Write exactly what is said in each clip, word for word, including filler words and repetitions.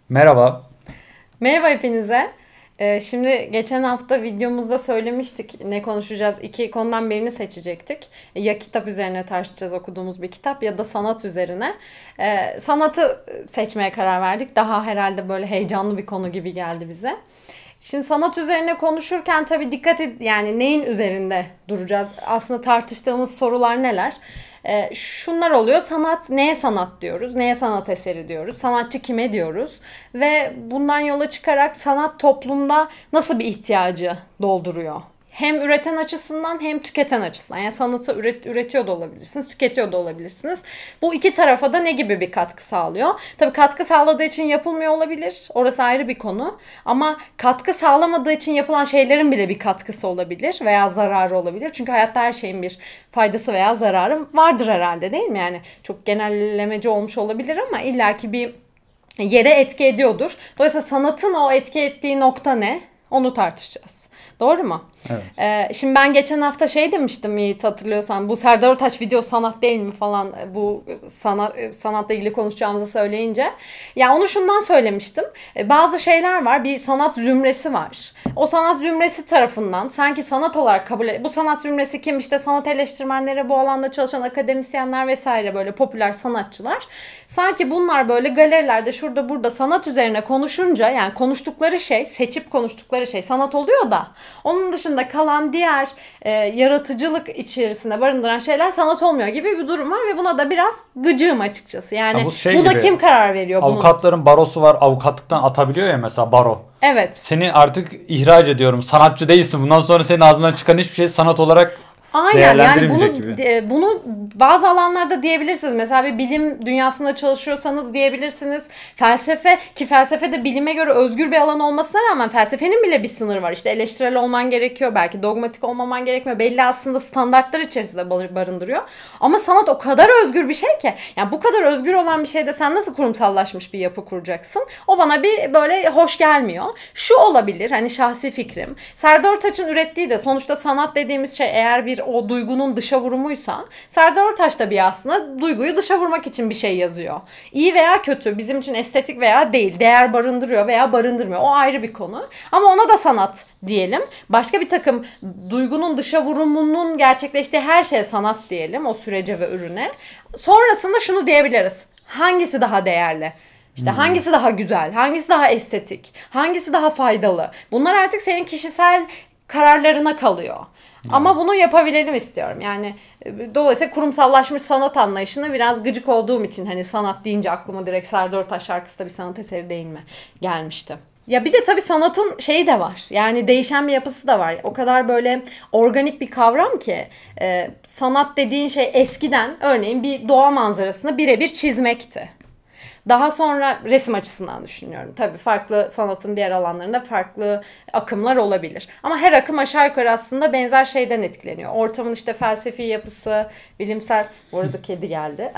Merhaba. Merhaba hepinize. Ee, şimdi geçen hafta videomuzda söylemiştik ne konuşacağız. İki konudan birini seçecektik. Ya kitap üzerine tartışacağız okuduğumuz bir kitap ya da sanat üzerine. Ee, sanatı seçmeye karar verdik. Daha herhalde böyle heyecanlı bir konu gibi geldi bize. Şimdi sanat üzerine konuşurken tabii dikkat et yani neyin üzerinde duracağız? Aslında tartıştığımız sorular neler? Ee, şunlar oluyor. Sanat neye sanat diyoruz? Neye sanat eseri diyoruz? Sanatçı kime diyoruz? Ve bundan yola çıkarak sanat toplumda nasıl bir ihtiyacı dolduruyor? Hem üreten açısından hem tüketen açısından. Yani sanatı üret, üretiyor da olabilirsiniz, tüketiyor da olabilirsiniz. Bu iki tarafa da ne gibi bir katkı sağlıyor? Tabii katkı sağladığı için yapılmıyor olabilir. Orası ayrı bir konu. Ama katkı sağlamadığı için yapılan şeylerin bile bir katkısı olabilir veya zararı olabilir. Çünkü hayatta her şeyin bir faydası veya zararı vardır herhalde, değil mi? Yani çok genellemeci olmuş olabilir ama illaki bir yere etki ediyordur. Dolayısıyla sanatın o etki ettiği nokta ne? Onu tartışacağız. Doğru mu? Evet. Ee, şimdi ben geçen hafta şey demiştim, Yiğit, hatırlıyorsan, bu Serdar Ortaç video sanat değil mi falan, bu sanat sanatla ilgili konuşacağımızı söyleyince. Ya onu şundan söylemiştim. Bazı şeyler var, bir sanat zümresi var. O sanat zümresi tarafından sanki sanat olarak kabul et. Bu sanat zümresi kim? İşte sanat eleştirmenleri, bu alanda çalışan akademisyenler vesaire, böyle popüler sanatçılar. Sanki bunlar böyle galerilerde şurada burada sanat üzerine konuşunca, yani konuştukları şey, seçip konuştukları şey sanat oluyor da onun dışında kalan diğer e, yaratıcılık içerisinde barındıran şeyler sanat olmuyor gibi bir durum var ve buna da biraz gıcığım açıkçası. Yani Ya bu şey buna gibi, kim karar veriyor bunun? avukatların barosu var. Avukatlıktan atabiliyor ya mesela baro. Evet. Seni artık ihraç ediyorum. Sanatçı değilsin. Bundan sonra senin ağzından çıkan hiçbir şey sanat olarak Aynen, yani değerlendirilmeyecek bunu gibi. e, bunu bazı alanlarda diyebilirsiniz. Mesela bir bilim dünyasında çalışıyorsanız diyebilirsiniz. Felsefe, ki felsefe de bilime göre özgür bir alan olmasına rağmen felsefenin bile bir sınırı var. İşte eleştirel olman gerekiyor. Belki dogmatik olmaman gerekmiyor. Belli aslında standartlar içerisinde barındırıyor. Ama sanat o kadar özgür bir şey ki. Yani bu kadar özgür olan bir şeyde sen nasıl kurumsallaşmış bir yapı kuracaksın? O bana bir böyle hoş gelmiyor. Şu olabilir, hani şahsi fikrim. Serdar Ortaç'ın ürettiği de sonuçta sanat dediğimiz şey eğer bir o duygunun dışa vurumuysa, Serdar Ortaç da bir aslında duyguyu dışa vurmak için bir şey yazıyor. İyi veya kötü, bizim için estetik veya değil, değer barındırıyor veya barındırmıyor. O ayrı bir konu. Ama ona da sanat diyelim. Başka bir takım duygunun dışa vurumunun gerçekleştiği her şeye sanat diyelim, o sürece ve ürüne. Sonrasında şunu diyebiliriz. Hangisi daha değerli? İşte hmm. hangisi daha güzel, hangisi daha estetik, hangisi daha faydalı? Bunlar artık senin kişisel kararlarına kalıyor. Ama bunu yapabilelim istiyorum. Yani dolayısıyla kurumsallaşmış sanat anlayışına biraz gıcık olduğum için hani sanat deyince aklıma direkt Serdar Ortaç şarkısı da bir sanat eseri değil mi gelmişti. Ya bir de tabii sanatın şeyi de var. Yani değişen bir yapısı da var. O kadar böyle organik bir kavram ki e, sanat dediğin şey eskiden örneğin bir doğa manzarasını birebir çizmekti. Daha sonra resim açısından düşünüyorum. Tabii farklı sanatın diğer alanlarında farklı akımlar olabilir. Ama her akım aşağı yukarı aslında benzer şeyden etkileniyor. Ortamın işte felsefi yapısı, bilimsel... Bu arada kedi geldi.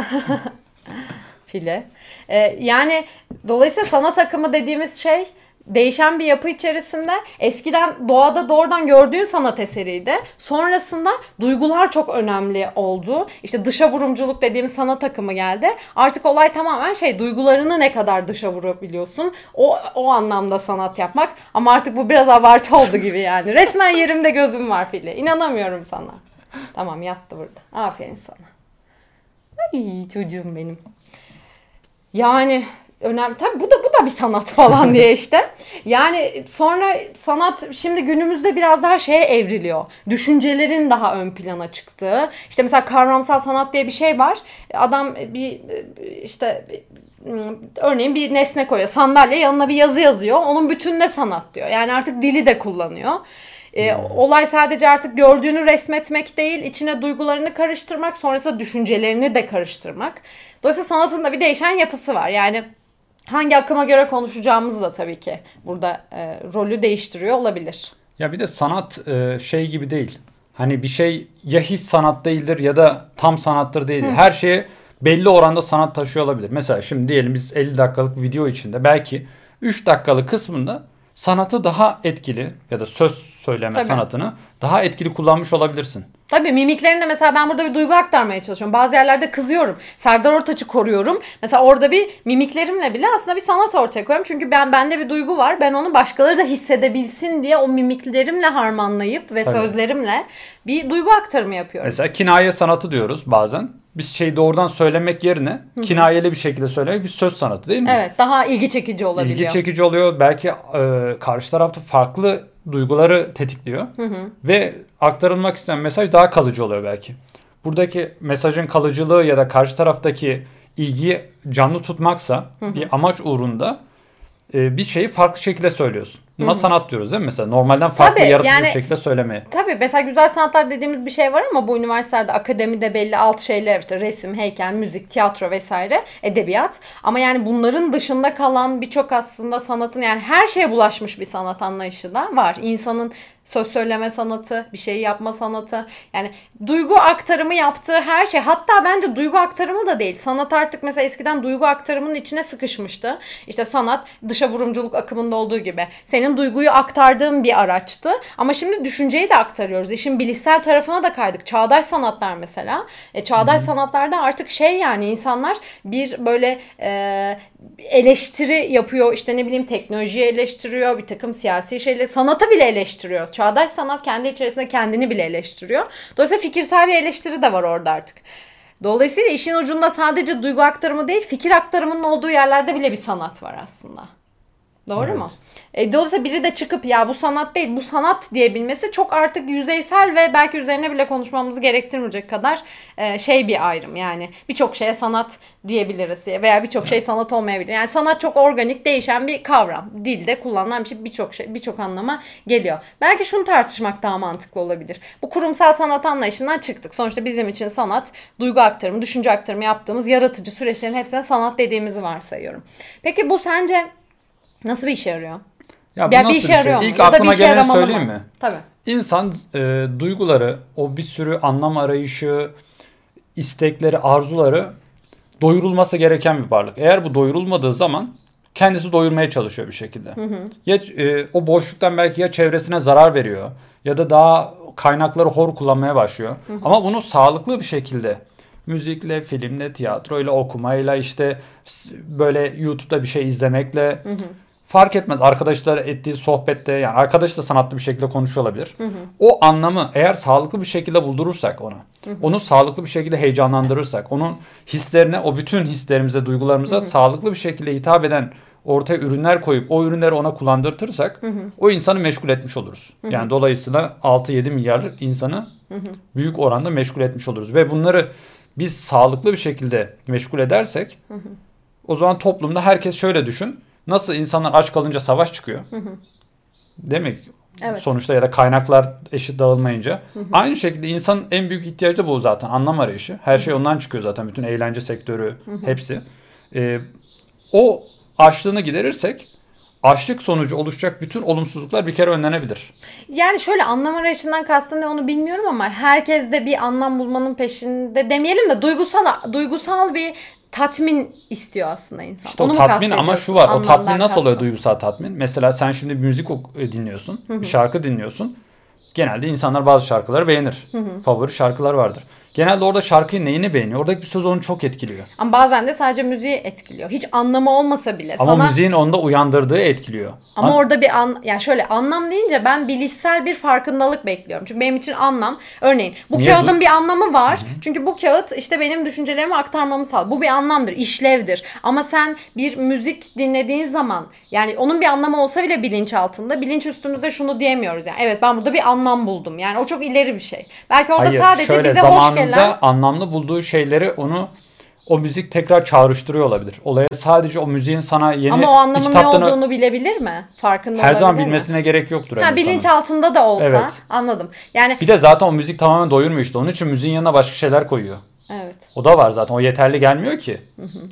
File. Ee, yani dolayısıyla sanat akımı dediğimiz şey değişen bir yapı içerisinde eskiden doğada doğrudan gördüğün sanat eseriydi. Sonrasında duygular çok önemli oldu. İşte dışa vurumculuk dediğimiz sanat akımı geldi. Artık olay tamamen şey, duygularını ne kadar dışa vurabiliyorsun. O, o anlamda sanat yapmak. Ama artık bu biraz abartı oldu gibi yani. Resmen yerimde gözüm var Fili. İnanamıyorum sana. Tamam, yattı burada. Aferin sana. Ay çocuğum benim. Yani... Önemli. Tabii bu da bu da bir sanat falan diye işte. Yani sonra sanat şimdi günümüzde biraz daha şeye evriliyor. Düşüncelerin daha ön plana çıktığı. İşte mesela kavramsal sanat diye bir şey var. Adam bir işte örneğin bir nesne koyuyor. Sandalye, yanına bir yazı yazıyor. Onun bütününe sanat diyor. Yani artık dili de kullanıyor. E, olay sadece artık gördüğünü resmetmek değil, içine duygularını karıştırmak, sonrasında düşüncelerini de karıştırmak. Dolayısıyla sanatın da bir değişen yapısı var. Yani hangi akıma göre konuşacağımız da tabii ki burada e, rolü değiştiriyor olabilir. Ya bir de sanat e, şey gibi değil. Hani bir şey ya hiç sanat değildir ya da tam sanattır değildir. Hı. Her şeye belli oranda sanat taşıyor olabilir. Mesela şimdi diyelim biz elli dakikalık video içinde belki üç dakikalık kısmında sanatı daha etkili ya da söz söyleme Tabii. sanatını daha etkili kullanmış olabilirsin. Tabii mimiklerinde mesela ben burada bir duygu aktarmaya çalışıyorum. Bazı yerlerde kızıyorum. Serdar Ortaç'ı koruyorum. Mesela orada bir mimiklerimle bile aslında bir sanat ortaya koyuyorum. Çünkü ben bende bir duygu var. Ben onu başkaları da hissedebilsin diye o mimiklerimle harmanlayıp ve Tabii. sözlerimle bir duygu aktarımı yapıyorum. Mesela kinaye sanatı diyoruz bazen. Biz şeyi doğrudan söylemek yerine Hı-hı. kinayeli bir şekilde söylemek bir söz sanatı değil mi? Evet, daha ilgi çekici olabiliyor. İlgi çekici oluyor. Belki e, karşı tarafta farklı duyguları tetikliyor. Hı hı. Ve aktarılmak istenen mesaj daha kalıcı oluyor belki. Buradaki mesajın kalıcılığı ya da karşı taraftaki ilgiyi canlı tutmaksa hı hı. bir amaç uğrunda e, bir şeyi farklı şekilde söylüyorsun. Buna Hı-hı. sanat diyoruz değil mi mesela? Normalden farklı tabii, yaratıcı yani, bir şekilde söylemeye. Tabii mesela güzel sanatlar dediğimiz bir şey var ama bu üniversitelerde akademide belli alt şeyler işte resim, heykel, müzik, tiyatro vesaire, edebiyat. Ama yani bunların dışında kalan birçok aslında sanatın yani her şeye bulaşmış bir sanat anlayışı da var. İnsanın söz söyleme sanatı, bir şeyi yapma sanatı. Yani duygu aktarımı yaptığı her şey. Hatta bence duygu aktarımı da değil. Sanat artık mesela eskiden duygu aktarımının içine sıkışmıştı. İşte sanat dışa vurumculuk akımında olduğu gibi. Senin duyguyu aktardığın bir araçtı. Ama şimdi düşünceyi de aktarıyoruz. İşin bilişsel tarafına da kaydık. Çağdaş sanatlar mesela. E, çağdaş hmm. sanatlarda artık şey yani insanlar bir böyle e, eleştiri yapıyor. İşte ne bileyim teknolojiyi eleştiriyor. Bir takım siyasi şeyleri. Sanatı bile eleştiriyor. Çağdaş sanat kendi içerisinde kendini bile eleştiriyor. Dolayısıyla fikirsel bir eleştiri de var orada artık. Dolayısıyla işin ucunda sadece duygu aktarımı değil, fikir aktarımının olduğu yerlerde bile bir sanat var aslında. Doğru evet. mu? E, dolayısıyla biri de çıkıp ya bu sanat değil, bu sanat diyebilmesi çok artık yüzeysel ve belki üzerine bile konuşmamızı gerektirmeyecek kadar e, şey bir ayrım. Yani birçok şeye sanat diyebiliriz veya birçok evet. şey sanat olmayabilir. Yani sanat çok organik, değişen bir kavram. Dilde kullanılan bir şey birçok şey, birçok anlama geliyor. Belki şunu tartışmak daha mantıklı olabilir. Bu kurumsal sanat anlayışından çıktık. Sonuçta bizim için sanat, duygu aktarımı, düşünce aktarımı yaptığımız yaratıcı süreçlerin hepsine sanat dediğimizi varsayıyorum. Peki bu sence nasıl bir işe yarıyor? Ya, ya bir işe yarıyor şey? İlk aklıma geleni söyleyeyim mi? Tabii. İnsan e, duyguları, o bir sürü anlam arayışı, istekleri, arzuları doyurulması gereken bir varlık. Eğer bu doyurulmadığı zaman kendisi doyurmaya çalışıyor bir şekilde. Hı hı. Ya e, o boşluktan belki ya çevresine zarar veriyor ya da daha kaynakları hor kullanmaya başlıyor. Hı hı. Ama bunu sağlıklı bir şekilde müzikle, filmle, tiyatroyla, okumayla işte böyle YouTube'da bir şey izlemekle hı hı. fark etmez. Arkadaşlar ettiği sohbette yani arkadaş da sanatlı bir şekilde konuşuyor olabilir. Hı hı. O anlamı eğer sağlıklı bir şekilde buldurursak ona, hı hı. onu sağlıklı bir şekilde heyecanlandırırsak, onun hislerine, o bütün hislerimize, duygularımıza hı hı. sağlıklı bir şekilde hitap eden ortaya ürünler koyup o ürünleri ona kullandırtırsak hı hı. o insanı meşgul etmiş oluruz. Hı hı. Yani dolayısıyla altı yedi milyar insanı hı hı. büyük oranda meşgul etmiş oluruz. Ve bunları biz sağlıklı bir şekilde meşgul edersek hı hı. o zaman toplumda herkes şöyle düşün. Nasıl insanlar aç kalınca savaş çıkıyor? Hı hı. Demek evet. sonuçta ya da kaynaklar eşit dağılmayınca. Hı hı. Aynı şekilde insanın en büyük ihtiyacı bu zaten. Anlam arayışı. Her şey ondan çıkıyor zaten. Bütün eğlence sektörü hı hı. hepsi. Ee, o açlığını giderirsek açlık sonucu oluşacak bütün olumsuzluklar bir kere önlenebilir. Yani şöyle anlam arayışından kastın ne onu bilmiyorum ama herkes de bir anlam bulmanın peşinde demeyelim de duygusal duygusal bir tatmin istiyor aslında insan. İşte o tatmin ama şu var. O tatmin nasıl kastım. oluyor duygusal tatmin? Mesela sen şimdi bir müzik dinliyorsun. Hı hı. Bir şarkı dinliyorsun. Genelde insanlar bazı şarkıları beğenir. Hı hı. Favori şarkılar vardır. Genelde orada şarkıyı neyini beğeniyor? Oradaki bir söz onu çok etkiliyor. Ama bazen de sadece müziği etkiliyor. Hiç anlamı olmasa bile. Ama sana... müziğin onda uyandırdığı etkiliyor. Ama An... orada bir an... Yani şöyle anlam deyince ben bilişsel bir farkındalık bekliyorum. Çünkü benim için anlam... Örneğin bu Niye kağıdın bu... bir anlamı var. Hı-hı. Çünkü bu kağıt işte benim düşüncelerimi aktarmamı sağlıyor. Bu bir anlamdır, işlevdir. Ama sen bir müzik dinlediğin zaman yani onun bir anlamı olsa bile bilinç altında bilinç üstümüzde şunu diyemiyoruz. Yani evet ben burada bir anlam buldum. Yani o çok ileri bir şey. Belki orada Hayır, sadece şöyle, bize hoş gelen... anlamlı bulduğu şeyleri onu o müzik tekrar çağrıştırıyor olabilir. Olaya sadece o müziğin sana yeni Ama o anlamın ne olduğunu bilebilir mi? Farkında her zaman mi? bilmesine gerek yoktur. Ha, bilinç altında da olsa evet. Anladım. Yani bir de zaten o müzik tamamen doyurmuyor işte. Onun için müziğin yanına başka şeyler koyuyor. Evet. O da var zaten. O yeterli gelmiyor ki. Hı hı.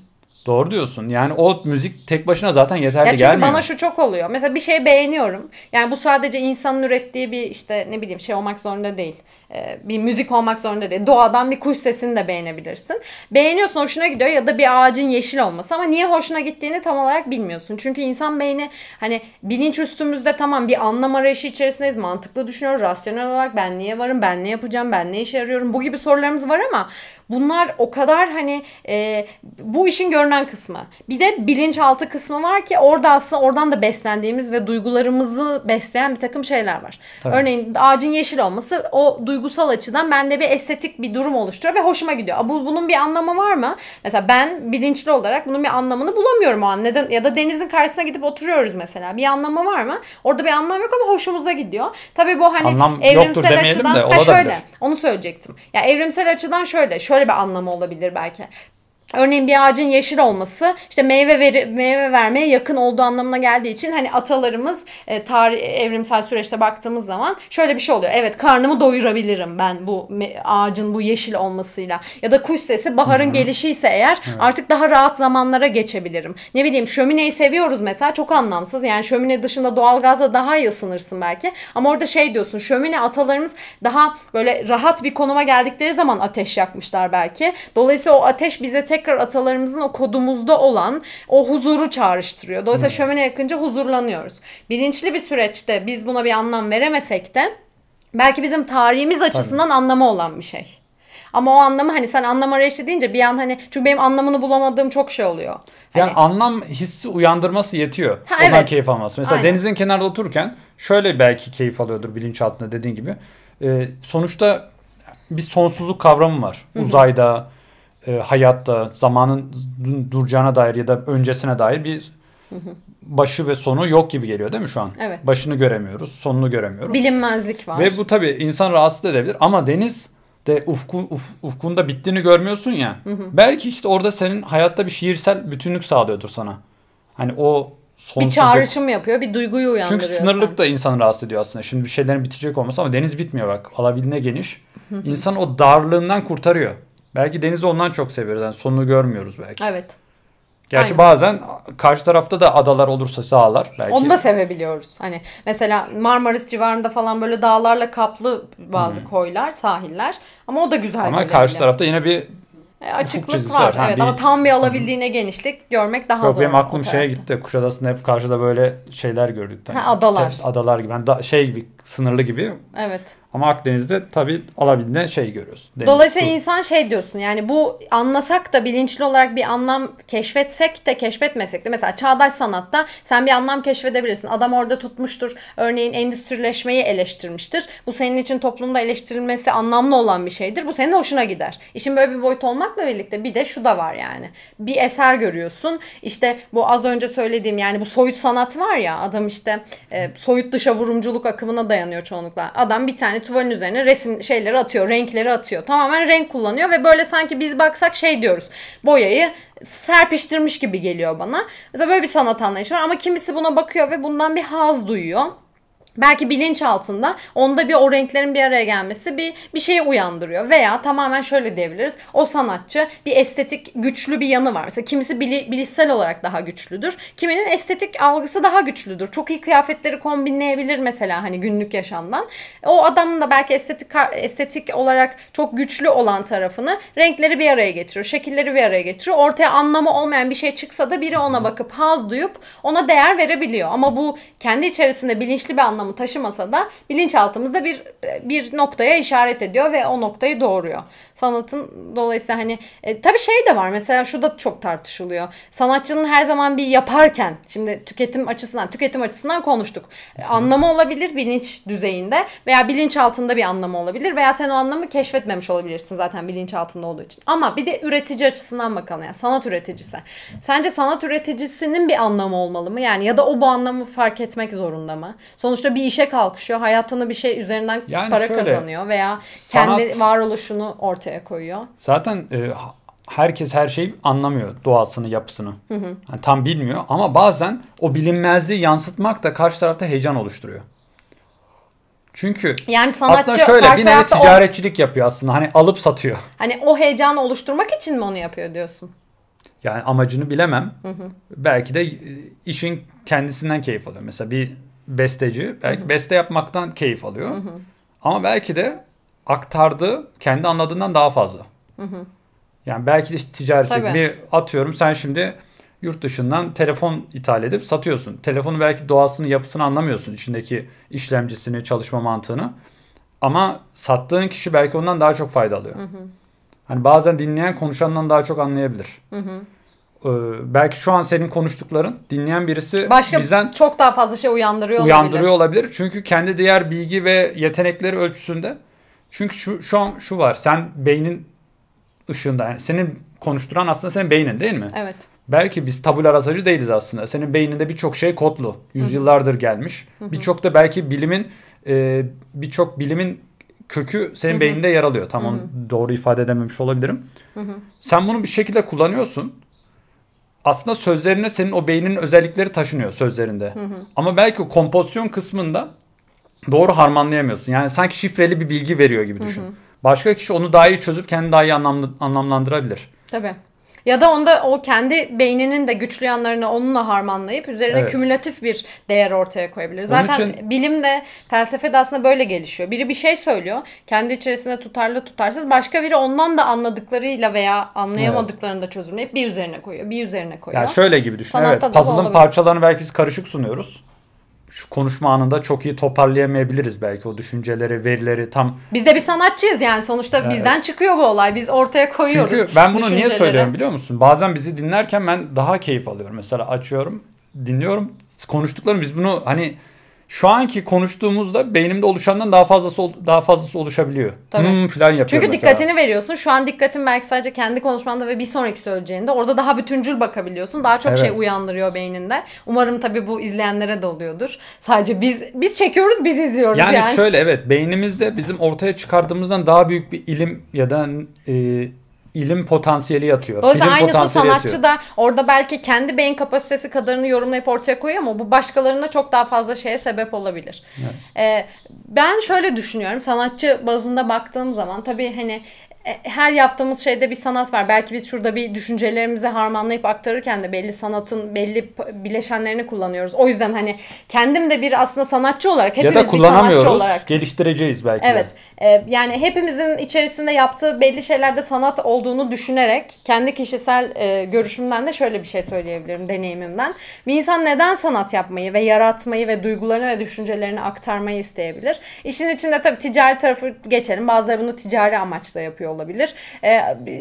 Doğru diyorsun. Yani o müzik tek başına zaten yeterli Ya çünkü gelmiyor. bana şu çok oluyor. Mesela bir şey beğeniyorum. Yani bu sadece insanın ürettiği bir işte ne bileyim şey olmak zorunda değil. Ee, bir müzik olmak zorunda değil. Doğadan bir kuş sesini de beğenebilirsin. Beğeniyorsun, hoşuna gidiyor ya da bir ağacın yeşil olması ama niye hoşuna gittiğini tam olarak bilmiyorsun. Çünkü insan beyni hani bilinç üstümüzde tamam bir anlam arayışı içerisindeyiz. Mantıklı düşünüyoruz. Rasyonel olarak ben niye varım, ben ne yapacağım, ben ne işe yarıyorum. Bu gibi sorularımız var ama bunlar o kadar hani e, bu işin görünen kısmı. Bir de bilinçaltı kısmı var ki orada aslında oradan da beslendiğimiz ve duygularımızı besleyen bir takım şeyler var. Tabii. Örneğin ağacın yeşil olması o duygusal açıdan bende bir estetik bir durum oluşturuyor ve hoşuma gidiyor. Bu, bunun bir anlamı var mı? Mesela ben bilinçli olarak bunun bir anlamını bulamıyorum o an. Neden? Ya da denizin karşısına gidip oturuyoruz mesela. Bir anlamı var mı? Orada bir anlam yok ama hoşumuza gidiyor. Tabii bu hani anlam evrimsel açıdan de, ha şöyle onu söyleyecektim. Ya evrimsel açıdan şöyle şöyle bir anlamı olabilir belki. Örneğin bir ağacın yeşil olması işte meyve veri, meyve vermeye yakın olduğu anlamına geldiği için hani atalarımız e, tarih evrimsel süreçte baktığımız zaman şöyle bir şey oluyor. Evet karnımı doyurabilirim ben bu me- ağacın bu yeşil olmasıyla. Ya da kuş sesi baharın Hı-hı. gelişiyse eğer evet. artık daha rahat zamanlara geçebilirim. Ne bileyim şömineyi seviyoruz mesela çok anlamsız. Yani şömine dışında doğalgazla daha iyi ısınırsın belki. Ama orada şey diyorsun şömine atalarımız daha böyle rahat bir konuma geldikleri zaman ateş yakmışlar belki. Dolayısıyla o ateş bize tek tekrar atalarımızın o kodumuzda olan o huzuru çağrıştırıyor. Dolayısıyla hmm. şömine yakınca huzurlanıyoruz. Bilinçli bir süreçte biz buna bir anlam veremesek de belki bizim tarihimiz açısından Tabii. anlamı olan bir şey. Ama o anlamı hani sen anlam arayışı deyince bir an hani çünkü benim anlamını bulamadığım çok şey oluyor. Hani... Yani anlam hissi uyandırması yetiyor. Ha, Ondan evet. keyif alması. Mesela Aynen. denizin kenarında otururken şöyle belki keyif alıyordur bilinçaltında dediğin gibi. Ee, sonuçta bir sonsuzluk kavramı var. Hı-hı. Uzayda, e, hayatta, zamanın duracağına dair ya da öncesine dair bir Hı-hı. başı ve sonu yok gibi geliyor değil mi şu an? Evet. Başını göremiyoruz, sonunu göremiyoruz. Bilinmezlik var. Ve bu tabii insan rahatsız edebilir ama deniz de ufku, uf, ufkunda bittiğini görmüyorsun ya. Hı hı. Belki işte orada senin hayatta bir şiirsel bütünlük sağlıyordur sana. Hani o sonsuzluk. Bir çağrışım yapıyor, bir duyguyu uyandırıyor. Çünkü sınırlık sen. da insanı rahatsız ediyor aslında. Şimdi bir şeylerin bitecek olması ama deniz bitmiyor bak. Alabildiğine geniş. Hı hı. İnsanı o darlığından kurtarıyor. Belki denizi ondan çok seviyoruz. Yani sonunu görmüyoruz belki. Evet. Gerçi Aynen. bazen karşı tarafta da adalar olursa sağlar. Belki. Onu da sevebiliyoruz. Hani mesela Marmaris civarında falan böyle dağlarla kaplı bazı hmm. koylar, sahiller. Ama o da güzel. Ama karşı tarafta yine bir e, açıklık var. var. Evet bir... ama tam bir alabildiğine genişlik görmek daha Yok, zor. Benim aklım şeye gitti. Kuşadası'nda hep karşıda böyle şeyler gördük. Ha, adalar. Hep adalar gibi. Yani da, şey gibi sınırlı gibi. Evet. Ama Akdeniz'de tabii alabildiğine şey görüyoruz. Deniz, Dolayısıyla su. insan şey diyorsun yani bu anlasak da bilinçli olarak bir anlam keşfetsek de keşfetmesek de mesela çağdaş sanatta sen bir anlam keşfedebilirsin. Adam orada tutmuştur. Örneğin endüstrileşmeyi eleştirmiştir. Bu senin için toplumda eleştirilmesi anlamlı olan bir şeydir. Bu senin hoşuna gider. İşin böyle bir boyut olmakla birlikte bir de şu da var yani. Bir eser görüyorsun. İşte bu az önce söylediğim yani bu soyut sanat var ya adam işte e, soyut dışa vurumculuk akımına dayanıyor çoğunlukla. Adam bir tane tuvalin üzerine resim şeyleri atıyor, renkleri atıyor. Tamamen renk kullanıyor ve böyle sanki biz baksak şey diyoruz. Boyayı serpiştirmiş gibi geliyor bana. Mesela böyle bir sanat anlayışı var ama kimisi buna bakıyor ve bundan bir haz duyuyor. Belki bilinç altında onda bir o renklerin bir araya gelmesi bir bir şeyi uyandırıyor. Veya tamamen şöyle diyebiliriz. O sanatçı bir estetik güçlü bir yanı var. Mesela kimisi bili, bilişsel olarak daha güçlüdür. Kiminin estetik algısı daha güçlüdür. Çok iyi kıyafetleri kombinleyebilir mesela hani günlük yaşamdan. O adamın da belki estetik estetik olarak çok güçlü olan tarafını renkleri bir araya getiriyor. Şekilleri bir araya getiriyor. Ortaya anlamı olmayan bir şey çıksa da biri ona bakıp haz duyup ona değer verebiliyor. Ama bu kendi içerisinde bilinçli bir anlam taşımasa da bilinçaltımızda bir bir noktaya işaret ediyor ve o noktayı doğuruyor. Sanatın dolayısıyla hani e, tabii şey de var mesela şu da çok tartışılıyor. Sanatçının her zaman bir yaparken şimdi tüketim açısından tüketim açısından konuştuk. E, anlamı olabilir bilinç düzeyinde veya bilinç altında bir anlamı olabilir veya sen o anlamı keşfetmemiş olabilirsin zaten bilinç altında olduğu için. Ama bir de üretici açısından bakalım yani sanat üreticisi. Sence sanat üreticisinin bir anlamı olmalı mı? Yani ya da o bu anlamı fark etmek zorunda mı? Sonuçta bir işe kalkışıyor, hayatını bir şey üzerinden yani para şöyle, kazanıyor veya sanat, kendi varoluşunu ortaya koyuyor. Zaten e, herkes her şeyi anlamıyor, doğasını, yapısını. Hı hı. Yani tam bilmiyor ama bazen o bilinmezliği yansıtmak da karşı tarafta heyecan oluşturuyor. Çünkü yani sanatçı aslında şöyle bir nevi ticaretçilik o, yapıyor aslında. Hani alıp satıyor. Hani o heyecanı oluşturmak için mi onu yapıyor diyorsun? Yani amacını bilemem. Hı hı. Belki de işin kendisinden keyif alıyor. Mesela bir besteci belki hı hı. beste yapmaktan keyif alıyor. Hı hı. Ama belki de aktardığı kendi anladığından daha fazla. Hı hı. Yani belki de ticaret bir atıyorum sen şimdi yurt dışından telefon ithal edip satıyorsun. Telefonu belki doğasını, yapısını anlamıyorsun. İçindeki işlemcisini, çalışma mantığını. Ama sattığın kişi belki ondan daha çok fayda alıyor. Hı hı. Hani bazen dinleyen konuşandan daha çok anlayabilir. Hı hı. Ee, belki şu an senin konuştukların dinleyen birisi başka bizden çok daha fazla şey uyandırıyor, uyandırıyor olabilir. olabilir. Çünkü kendi diğer bilgi ve yetenekleri ölçüsünde. Çünkü şu, şu an şu var. Sen beynin ışığında yani senin konuşturan aslında senin beynin değil mi? Evet. Belki biz tabula rasacı değiliz aslında. Senin beyninde birçok şey kodlu. Yüzyıllardır gelmiş. Birçok da belki bilimin e, birçok bilimin kökü senin hı hı. beyninde yer alıyor. Tam hı hı. onu doğru ifade edememiş olabilirim. Hı hı. Sen bunu bir şekilde kullanıyorsun. Aslında sözlerine senin o beyninin özellikleri taşınıyor sözlerinde. Hı hı. Ama belki o kompozisyon kısmında doğru harmanlayamıyorsun. Yani sanki şifreli bir bilgi veriyor gibi düşün. Hı hı. Başka kişi onu daha iyi çözüp kendini daha iyi anlamlı, anlamlandırabilir. Tabii. Ya da onda o kendi beyninin de güçlü yanlarını onunla harmanlayıp üzerine evet. kümülatif bir değer ortaya koyabilir. Zaten için... bilim de felsefe de aslında böyle gelişiyor. Biri bir şey söylüyor. Kendi içerisinde tutarlı tutarsız. Başka biri ondan da anladıklarıyla veya anlayamadıklarını evet. da çözümleyip bir üzerine koyuyor. Bir üzerine koyuyor. Yani şöyle gibi düşün. Sanatta evet, puzzle'ın parçalarını belki biz karışık sunuyoruz. Şu konuşma anında çok iyi toparlayamayabiliriz belki o düşünceleri, verileri tam. Biz de bir sanatçıyız yani sonuçta evet. bizden çıkıyor bu olay. Biz ortaya koyuyoruz. Çünkü ben bunu niye söylüyorum biliyor musun? Bazen bizi dinlerken ben daha keyif alıyorum. Mesela açıyorum, dinliyorum. Konuştuklarım biz bunu hani şu anki konuştuğumuzda beynimde oluşandan daha fazlası daha fazlası oluşabiliyor. Tabii. Hmm, falan yapıyorum Çünkü mesela. dikkatini veriyorsun. Şu an dikkatin belki sadece kendi konuşmanda ve bir sonraki söyleyeceğinde. Orada daha bütüncül bakabiliyorsun. Daha çok evet. şey uyandırıyor beyninde. Umarım tabii bu izleyenlere de oluyordur. Sadece biz biz çekiyoruz, biz izliyoruz yani. Yani şöyle evet beynimizde bizim ortaya çıkardığımızdan daha büyük bir ilim ya da e, ilim potansiyeli yatıyor. Dolayısıyla Bilim aynısı sanatçı yatıyor. Da orada belki kendi beyin kapasitesi kadarını yorumlayıp ortaya koyuyor ama bu başkalarına çok daha fazla şeye sebep olabilir. Evet. Ee, ben şöyle düşünüyorum. Sanatçı bazında baktığım zaman tabii hani her yaptığımız şeyde bir sanat var. Belki biz şurada bir düşüncelerimizi harmanlayıp aktarırken de belli sanatın belli bileşenlerini kullanıyoruz. O yüzden hani kendim de bir aslında sanatçı olarak hepimiz ya da bir sanatçı olarak geliştireceğiz belki. Evet. E, yani hepimizin içerisinde yaptığı belli şeylerde sanat olduğunu düşünerek kendi kişisel e, görüşümden de şöyle bir şey söyleyebilirim deneyimimden. Bir insan neden sanat yapmayı ve yaratmayı ve duygularını ve düşüncelerini aktarmayı isteyebilir? İşin içinde tabii ticari tarafı geçelim. Bazıları bunu ticari amaçla yapıyor olabilir. Ee,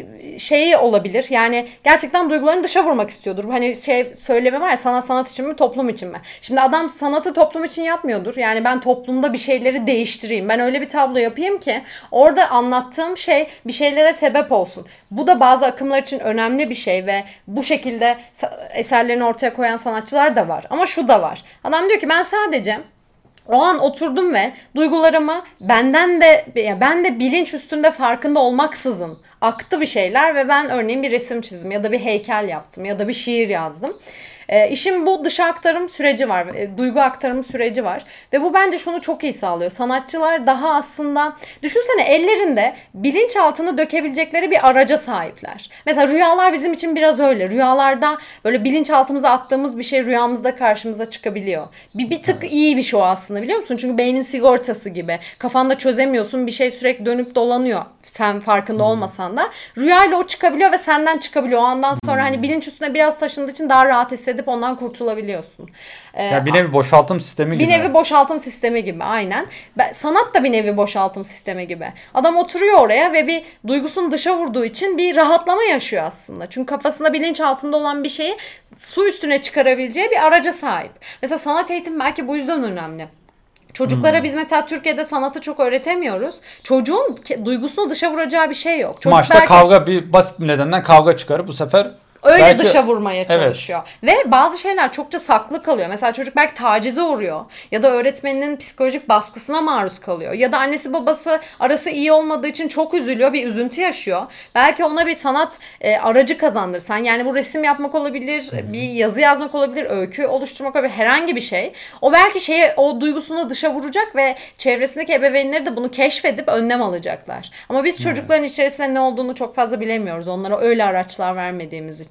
şeyi olabilir. Yani gerçekten duygularını dışa vurmak istiyordur. Hani şey söylemi var ya sanat sanat için mi toplum için mi? Şimdi adam sanatı toplum için yapmıyordur. Yani ben toplumda bir şeyleri değiştireyim. Ben öyle bir tablo yapayım ki orada anlattığım şey bir şeylere sebep olsun. Bu da bazı akımlar için önemli bir şey ve bu şekilde eserlerini ortaya koyan sanatçılar da var. Ama şu da var. Adam diyor ki ben sadece o an oturdum ve duygularımı benden de ben de bilinç üstünde farkında olmaksızın aktı bir şeyler ve ben örneğin bir resim çizdim ya da bir heykel yaptım ya da bir şiir yazdım. E, işin bu dışa aktarım süreci var. E, duygu aktarım süreci var. Ve bu bence şunu çok iyi sağlıyor. Sanatçılar daha aslında düşünsene ellerinde bilinçaltını dökebilecekleri bir araca sahipler. Mesela rüyalar bizim için biraz öyle. Rüyalarda böyle bilinçaltımıza attığımız bir şey rüyamızda karşımıza çıkabiliyor. Bir, bir tık iyi bir şey o aslında biliyor musun? Çünkü beynin sigortası gibi. Kafanda çözemiyorsun. Bir şey sürekli dönüp dolanıyor. Sen farkında hmm. olmasan da. Rüyayla o çıkabiliyor ve senden çıkabiliyor. O andan sonra hmm. hani bilinç üstüne biraz taşındığı için daha rahat hissediyorsun. Edip ondan kurtulabiliyorsun. Ee, ya bir nevi boşaltım sistemi gibi. Bir nevi boşaltım sistemi gibi aynen. Sanat da bir nevi boşaltım sistemi gibi. Adam oturuyor oraya ve bir duygusunu dışa vurduğu için bir rahatlama yaşıyor aslında. Çünkü kafasında bilinç altında olan bir şeyi su üstüne çıkarabileceği bir araca sahip. Mesela sanat eğitimi belki bu yüzden önemli. Çocuklara hmm. biz mesela Türkiye'de sanatı çok öğretemiyoruz. Çocuğun duygusunu dışa vuracağı bir şey yok. Çocuk Maçta belki... kavga bir basit bir nedenden kavga çıkarıp bu sefer öyle belki dışa vurmaya çalışıyor. Evet. Ve bazı şeyler çokça saklı kalıyor. Mesela çocuk belki tacize uğruyor. Ya da öğretmeninin psikolojik baskısına maruz kalıyor. Ya da annesi babası arası iyi olmadığı için çok üzülüyor. Bir üzüntü yaşıyor. Belki ona bir sanat e, aracı kazandırsan. Yani bu resim yapmak olabilir. Hı-hı. Bir yazı yazmak olabilir. Öykü oluşturmak olabilir. Herhangi bir şey. O belki şeyi o duygusunu dışa vuracak ve çevresindeki ebeveynleri de bunu keşfedip önlem alacaklar. Ama biz çocukların Hı-hı. içerisinde ne olduğunu çok fazla bilemiyoruz. Onlara öyle araçlar vermediğimiz için.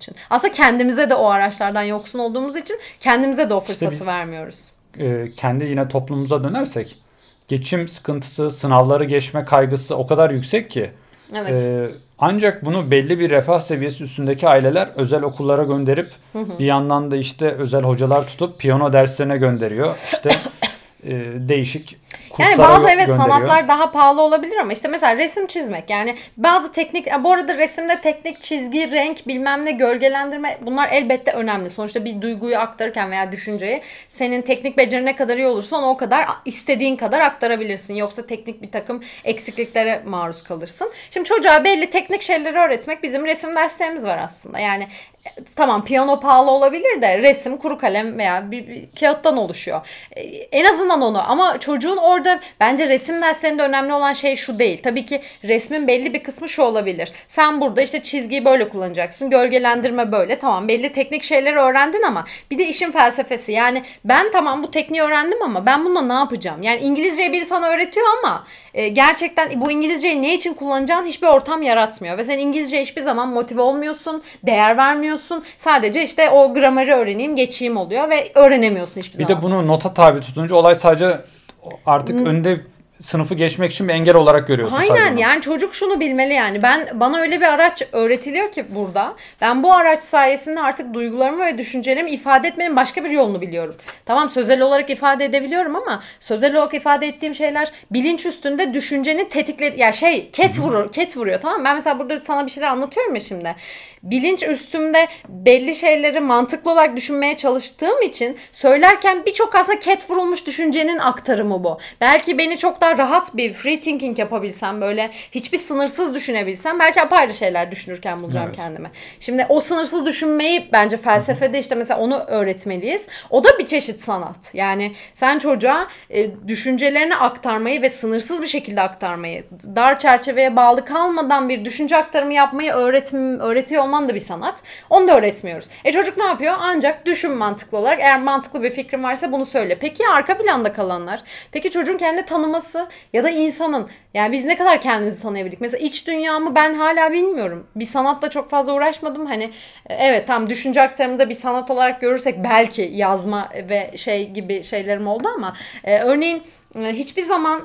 için. Aslında kendimize de o araçlardan yoksun olduğumuz için kendimize de o fırsatı İşte biz, vermiyoruz. E, kendi yine toplumumuza dönersek geçim sıkıntısı, sınavları geçme kaygısı o kadar yüksek ki Evet. e, ancak bunu belli bir refah seviyesi üstündeki aileler özel okullara gönderip hı hı. bir yandan da işte özel hocalar tutup piyano derslerine gönderiyor. İşte e, değişik kurslara yani bazı evet gönderiyor. sanatlar daha pahalı olabilir ama işte mesela resim çizmek, yani bazı teknik, bu arada resimde teknik, çizgi, renk, bilmem ne, gölgelendirme, bunlar elbette önemli. Sonuçta bir duyguyu aktarırken veya düşünceyi senin teknik becerin ne kadar iyi olursa onu o kadar istediğin kadar aktarabilirsin. Yoksa teknik bir takım eksikliklere maruz kalırsın. Şimdi çocuğa belli teknik şeyleri öğretmek, bizim resim derslerimiz var aslında. Yani tamam piyano pahalı olabilir de resim kuru kalem veya bir, bir kağıttan oluşuyor. En azından onu, ama çocuğun orada bence resim derslerinde önemli olan şey şu değil. Tabii ki resmin belli bir kısmı şu olabilir. Sen burada işte çizgiyi böyle kullanacaksın. Gölgelendirme böyle. Tamam, belli teknik şeyleri öğrendin ama bir de işin felsefesi. Yani ben tamam bu tekniği öğrendim ama ben bununla ne yapacağım? Yani İngilizceyi biri sana öğretiyor ama e, gerçekten bu İngilizceyi ne için kullanacağın hiçbir ortam yaratmıyor. Ve sen İngilizceye hiçbir zaman motive olmuyorsun, değer vermiyorsun. Sadece işte o grameri öğreneyim, geçeyim oluyor ve öğrenemiyorsun hiçbir bir zaman. Bir de bunu nota tabi tutunca olay sadece artık hmm. önde sınıfı geçmek için bir engel olarak görüyorsun. Aynen, yani çocuk şunu bilmeli, yani ben bana öyle bir araç öğretiliyor ki burada, ben bu araç sayesinde artık duygularımı ve düşüncelerimi ifade etmenin başka bir yolunu biliyorum. Tamam, sözel olarak ifade edebiliyorum ama sözel olarak ifade ettiğim şeyler bilinç üstünde düşüncenin tetikle, ya şey ket vurur, ket vuruyor, tamam. Ben mesela burada sana bir şeyler anlatıyorum ya şimdi. Bilinç üstümde belli şeyleri mantıklı olarak düşünmeye çalıştığım için söylerken birçok aslında ket vurulmuş düşüncenin aktarımı bu. Belki beni çok daha rahat bir free thinking yapabilsem, böyle hiçbir sınırsız düşünebilsem, belki apayrı şeyler düşünürken bulacağım evet. kendime. Şimdi o sınırsız düşünmeyi bence felsefede işte mesela onu öğretmeliyiz. O da bir çeşit sanat. Yani sen çocuğa e, düşüncelerini aktarmayı ve sınırsız bir şekilde aktarmayı, dar çerçeveye bağlı kalmadan bir düşünce aktarımı yapmayı öğretim, öğretiyor olmak da bir sanat. Onu da öğretmiyoruz. E çocuk ne yapıyor? Ancak düşün mantıklı olarak. Eğer mantıklı bir fikrin varsa bunu söyle. Peki ya arka planda kalanlar? Peki çocuğun kendi tanıması ya da insanın, yani biz ne kadar kendimizi tanıyabildik? Mesela iç dünyamı ben hala bilmiyorum. Bir sanatla çok fazla uğraşmadım. Hani evet tam düşünce aktarımında bir sanat olarak görürsek belki yazma ve şey gibi şeylerim oldu ama e, örneğin e, hiçbir zaman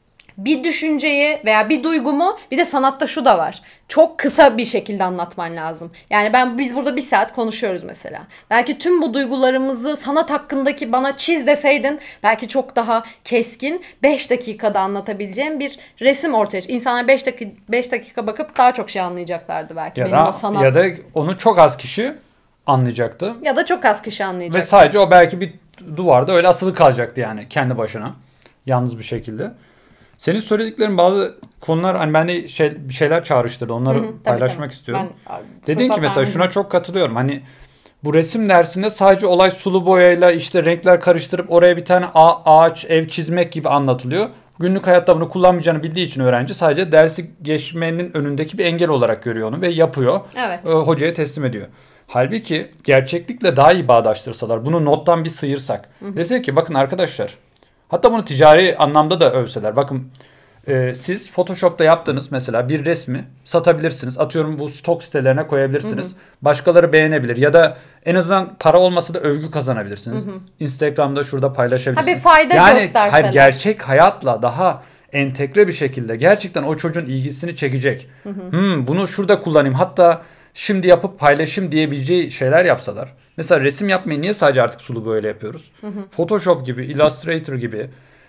bir düşünceyi veya bir duygumu, bir de sanatta şu da var. Çok kısa bir şekilde anlatman lazım. Yani ben biz burada bir saat konuşuyoruz mesela. Belki tüm bu duygularımızı sanat hakkındaki bana çiz deseydin belki çok daha keskin beş dakikada anlatabileceğim bir resim ortaya çıkıyor. İnsanlar beş dakika beş dakika bakıp daha çok şey anlayacaklardı belki. Ya Benim da, o sanat. ya da onu çok az kişi anlayacaktı. Ya da çok az kişi anlayacaktı. Ve sadece o belki bir duvarda öyle asılı kalacaktı yani kendi başına. Yalnız bir şekilde. Senin söylediklerin bazı konular hani bende şey, bir şeyler çağrıştırdı. Onları hı hı, paylaşmak tabii. istiyorum. Ben, Dediğin ki mesela şuna çok katılıyorum. Hani bu resim dersinde sadece olay sulu boyayla işte renkler karıştırıp oraya bir tane ağaç, ev çizmek gibi anlatılıyor. Günlük hayatta bunu kullanmayacağını bildiği için öğrenci sadece dersi geçmenin önündeki bir engel olarak görüyor onu ve yapıyor. Evet. Hocaya teslim ediyor. Halbuki gerçeklikle daha iyi bağdaştırsalar, bunu nottan bir sıyırsak. Hı hı. Desek ki bakın arkadaşlar, hatta bunu ticari anlamda da övseler. Bakın e, siz Photoshop'ta yaptığınız mesela bir resmi satabilirsiniz. Atıyorum bu stok sitelerine koyabilirsiniz. Hı hı. Başkaları beğenebilir ya da en azından para olmasa da övgü kazanabilirsiniz. Hı hı. Instagram'da şurada paylaşabilirsiniz. Ha, bir fayda yani, gösterseler. Yani gerçek hayatla daha entegre bir şekilde gerçekten o çocuğun ilgisini çekecek. Hı hı. Hmm, bunu şurada kullanayım, hatta şimdi yapıp paylaşayım diyebileceği şeyler yapsalar. Mesela resim yapmayı niye sadece artık sulu böyle yapıyoruz? Hı hı. Photoshop gibi, Illustrator gibi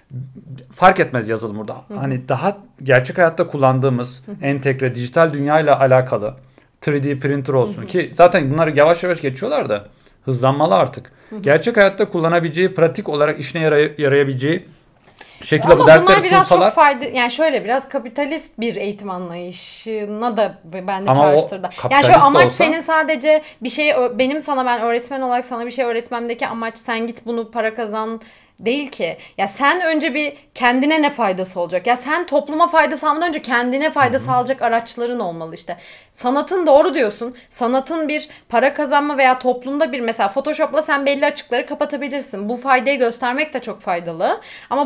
fark etmez yazılım burada. Hı hı. Hani daha gerçek hayatta kullandığımız hı hı. entegre dijital dünyayla alakalı üç D printer olsun hı hı. ki zaten bunları yavaş yavaş geçiyorlar da hızlanmalı artık. Hı hı. Gerçek hayatta kullanabileceği, pratik olarak işine yaray- yarayabileceği şekilde ama bu dersleri bunlar biraz sunsalar. Çok fayda, yani şöyle biraz kapitalist bir eğitim anlayışına da bende çağrıştırdı. Yani şu amaç olsa... senin sadece bir şey, benim sana, ben öğretmen olarak sana bir şey öğretmemdeki amaç sen git bunu para kazan değil ki. Ya sen önce bir kendine ne faydası olacak? Ya sen topluma fayda sağlamadan önce kendine fayda Hı-hı. sağlayacak araçların olmalı işte. Sanatın, doğru diyorsun. Sanatın bir para kazanma veya toplumda bir, mesela Photoshop'la sen belli açıkları kapatabilirsin. Bu faydayı göstermek de çok faydalı. Ama bunun yanı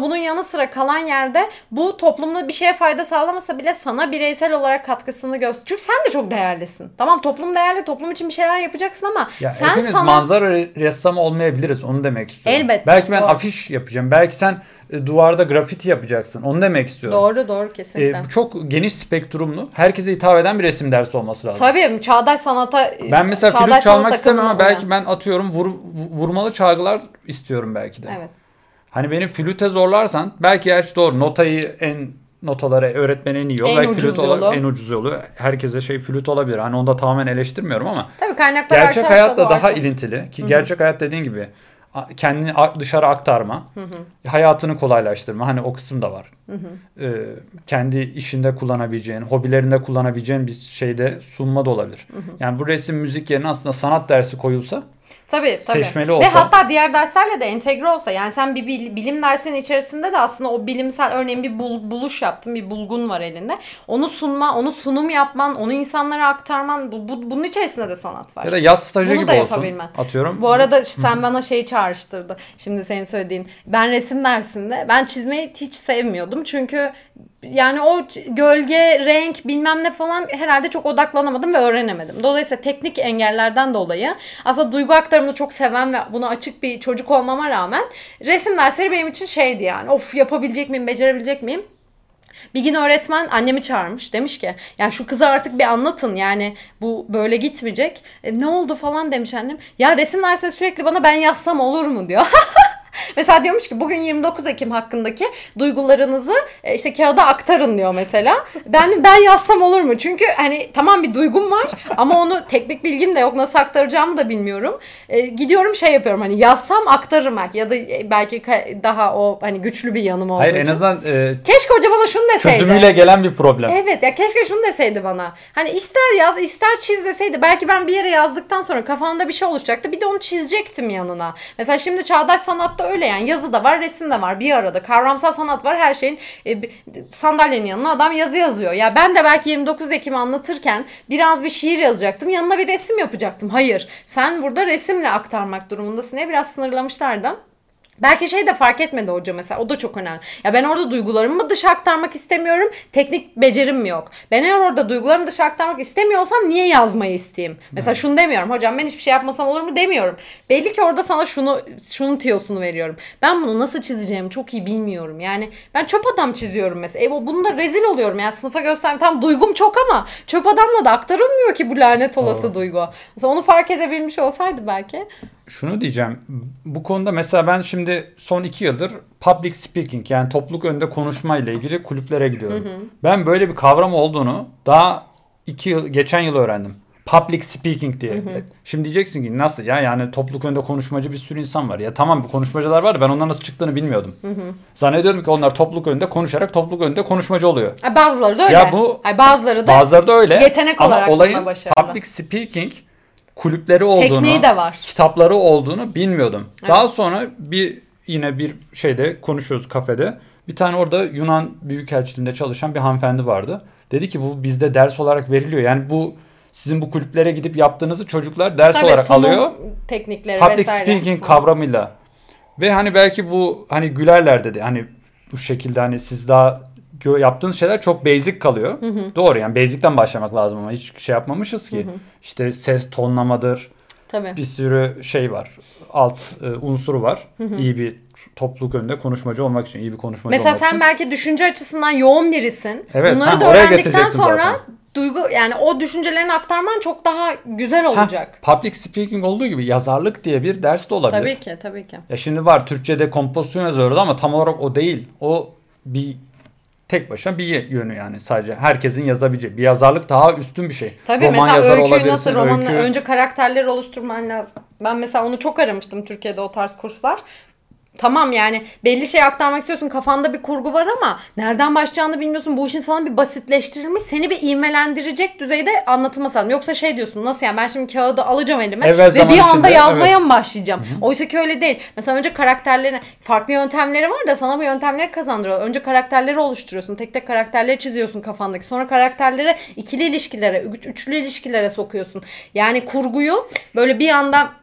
sıra kalan yerde bu toplumda bir şeye fayda sağlamasa bile sana bireysel olarak katkısını göster. Çünkü sen de çok değerlisin. Tamam, toplum değerli, toplum için bir şeyler yapacaksın ama ya sen hepimiz sana... manzara ressamı olmayabiliriz, onu demek istiyorum. Elbette. Belki ben doğru. afiş yapacağım. Belki sen e, duvarda grafiti yapacaksın. Onu demek istiyorum. Doğru doğru kesinlikle. E, çok geniş spektrumlu, herkese hitap eden bir resim dersi olması lazım. Tabii çağdaş sanata... Ben mesela çağdaş flüt çalmak sanat istemem ama akımına belki uyan. ben atıyorum vur, vurmalı çalgılar istiyorum belki de. Evet. Hani beni flüte zorlarsan belki gerçi doğru notayı en notaları öğretmen en iyi yol. En belki ucuz flüt yolu. ola- en ucuz yolu. Herkese şey flüt olabilir. Hani onu da tamamen eleştirmiyorum ama Tabii kaynaklar gerçek artarsa hayatla bu daha artar. ilintili ki Hı-hı. gerçek hayat dediğin gibi a- kendini a- dışarı aktarma, Hı-hı. hayatını kolaylaştırma. Hani o kısım da var. Ee, kendi işinde kullanabileceğin, hobilerinde kullanabileceğin bir şeyde sunma da olabilir. Hı-hı. Yani bu resim, müzik yerine aslında sanat dersi koyulsa, Tabii tabii. seçmeli olsa. Ve hatta diğer derslerle de entegre olsa, yani sen bir bil- bilim dersinin içerisinde de aslında o bilimsel, örneğin bir bul- buluş yaptın, bir bulgun var elinde. Onu sunma, onu sunum yapman, onu insanlara aktarman, bu, bu, bunun içerisinde de sanat var. Ya da yaz stajı Bunu gibi da olsun. yapabilmen. Atıyorum. Bu arada sen bana şeyi çağrıştırdı. Şimdi senin söylediğin. Ben resim dersinde ben çizmeyi hiç sevmiyordum. Çünkü yani o gölge, renk bilmem ne falan herhalde çok odaklanamadım ve öğrenemedim. Dolayısıyla teknik engellerden dolayı aslında duygu aktarımını çok seven ve buna açık bir çocuk olmama rağmen resim dersleri benim için şeydi yani. Of, yapabilecek miyim, becerebilecek miyim? Bir gün öğretmen annemi çağırmış. Demiş ki ya şu kıza artık bir anlatın, yani bu böyle gitmeyecek. E, ne oldu falan demiş annem. Ya resim dersi sürekli bana ben yazsam olur mu diyor. Mesela diyormuş ki bugün yirmi dokuz Ekim hakkındaki duygularınızı işte kağıda aktarın diyor mesela. Ben ben yazsam olur mu? Çünkü hani tamam bir duygum var ama onu teknik bilgim de yok. Nasıl aktaracağımı da bilmiyorum. E, gidiyorum şey yapıyorum, hani yazsam aktarırım belki ya da belki daha o hani güçlü bir yanım olduğu Hayır, için. en azından e, keşke hoca bana şunu deseydi. çözümüyle gelen bir problem. Evet ya, keşke şunu deseydi bana. Hani ister yaz ister çiz deseydi. Belki ben bir yere yazdıktan sonra kafamda bir şey oluşacaktı. Bir de onu çizecektim yanına. Mesela şimdi çağdaş sanatta öyle yani. Yazı da var, resim de var bir arada. Kavramsal sanat var, her şeyin e, sandalyenin yanına adam yazı yazıyor. Ya ben de belki yirmi dokuz Ekim'i anlatırken biraz bir şiir yazacaktım. Yanına bir resim yapacaktım. Hayır. Sen burada resimle aktarmak durumundasın diye biraz sınırlamışlardı. Belki şey de fark etmedi hoca mesela. O da çok önemli. Ya ben orada duygularımı mı dışa aktarmak istemiyorum? Teknik becerim mi yok? Ben eğer orada duygularımı dışa aktarmak istemiyorsam niye yazmayı isteyeyim? Mesela hmm. şunu demiyorum. Hocam ben hiçbir şey yapmasam olur mu demiyorum. Belli ki orada sana şunu şunun tiyosunu veriyorum. Ben bunu nasıl çizeceğimi çok iyi bilmiyorum. Yani ben çöp adam çiziyorum mesela. E bunda rezil oluyorum. Yani sınıfa göstereyim. Tam duygum çok ama çöp adamla da aktarılmıyor ki bu lanet olası oh. duygu. Mesela onu fark edebilmiş olsaydı belki. Şunu diyeceğim. Bu konuda mesela ben şimdi son iki yıldır public speaking, yani topluluk önünde konuşma ile ilgili kulüplere gidiyorum. Hı hı. Ben böyle bir kavram olduğunu daha iki yıl, geçen yıl öğrendim. Public speaking diye. Hı hı. Şimdi diyeceksin ki nasıl ya, yani topluluk önünde konuşmacı bir sürü insan var. Ya tamam, bu konuşmacılar var da ben onların nasıl çıktığını bilmiyordum. Hı hı. Zannediyorum ki onlar topluluk önünde konuşarak topluluk önünde konuşmacı oluyor. Bazıları da öyle. Ya bu, bazıları da, bazıları da öyle. Yetenek ama olarak olayın başarılı. public speaking kulüpleri olduğunu, tekniği de var, kitapları olduğunu bilmiyordum. Evet. Daha sonra bir yine bir şeyde konuşuyoruz kafede. Bir tane orada Yunan Büyükelçiliğinde çalışan bir hanımefendi vardı. Dedi ki bu bizde ders olarak veriliyor. Yani bu sizin bu kulüplere gidip yaptığınızı çocuklar ders tabii, olarak alıyor. Teknikleri Public vesaire. speaking kavramıyla. Ve hani belki bu hani gülerler dedi. Hani bu şekilde hani siz daha yaptığınız şeyler çok basic kalıyor. Hı hı. Doğru, yani basic'ten başlamak lazım ama hiç şey yapmamışız ki. Hı hı. İşte ses tonlamadır. Tabii. Bir sürü şey var. Alt e, unsuru var. Hı hı. İyi bir topluluk önünde konuşmacı olmak için, iyi bir konuşmacı mesela olmak için. Mesela sen belki düşünce açısından yoğun birisin. Evet, bunları ha, da öğrendikten sonra zaten. duygu, yani o düşüncelerini aktarman çok daha güzel olacak. Ha, public speaking olduğu gibi yazarlık diye bir ders de olabilir. Tabii ki, tabii ki. Ya şimdi var, Türkçe'de kompozisyon yazıyoruz ama tam olarak o değil. O bir tek başına bir yönü, yani sadece herkesin yazabileceği. Bir yazarlık daha üstün bir şey. Tabii roman mesela öyküyü nasıl romanın önce karakterleri oluşturman lazım. Ben mesela onu çok aramıştım Türkiye'de, o tarz kurslar. Tamam, yani belli şey aktarmak istiyorsun, kafanda bir kurgu var ama nereden başlayacağını bilmiyorsun. Bu işin sana bir basitleştirilmiş, seni bir ivmelendirecek düzeyde anlatılması lazım. Yoksa şey diyorsun, nasıl yani ben şimdi kağıdı alacağım elime evet, ve bir anda içinde, yazmaya evet. mı başlayacağım? Hı-hı. Oysa ki öyle değil. Mesela önce karakterlerini, farklı yöntemleri var da sana bu yöntemleri kazandırıyorlar. Önce karakterleri oluşturuyorsun. Tek tek karakterleri çiziyorsun kafandaki. Sonra karakterleri ikili ilişkilere, üç, üçlü ilişkilere sokuyorsun. Yani kurguyu böyle bir anda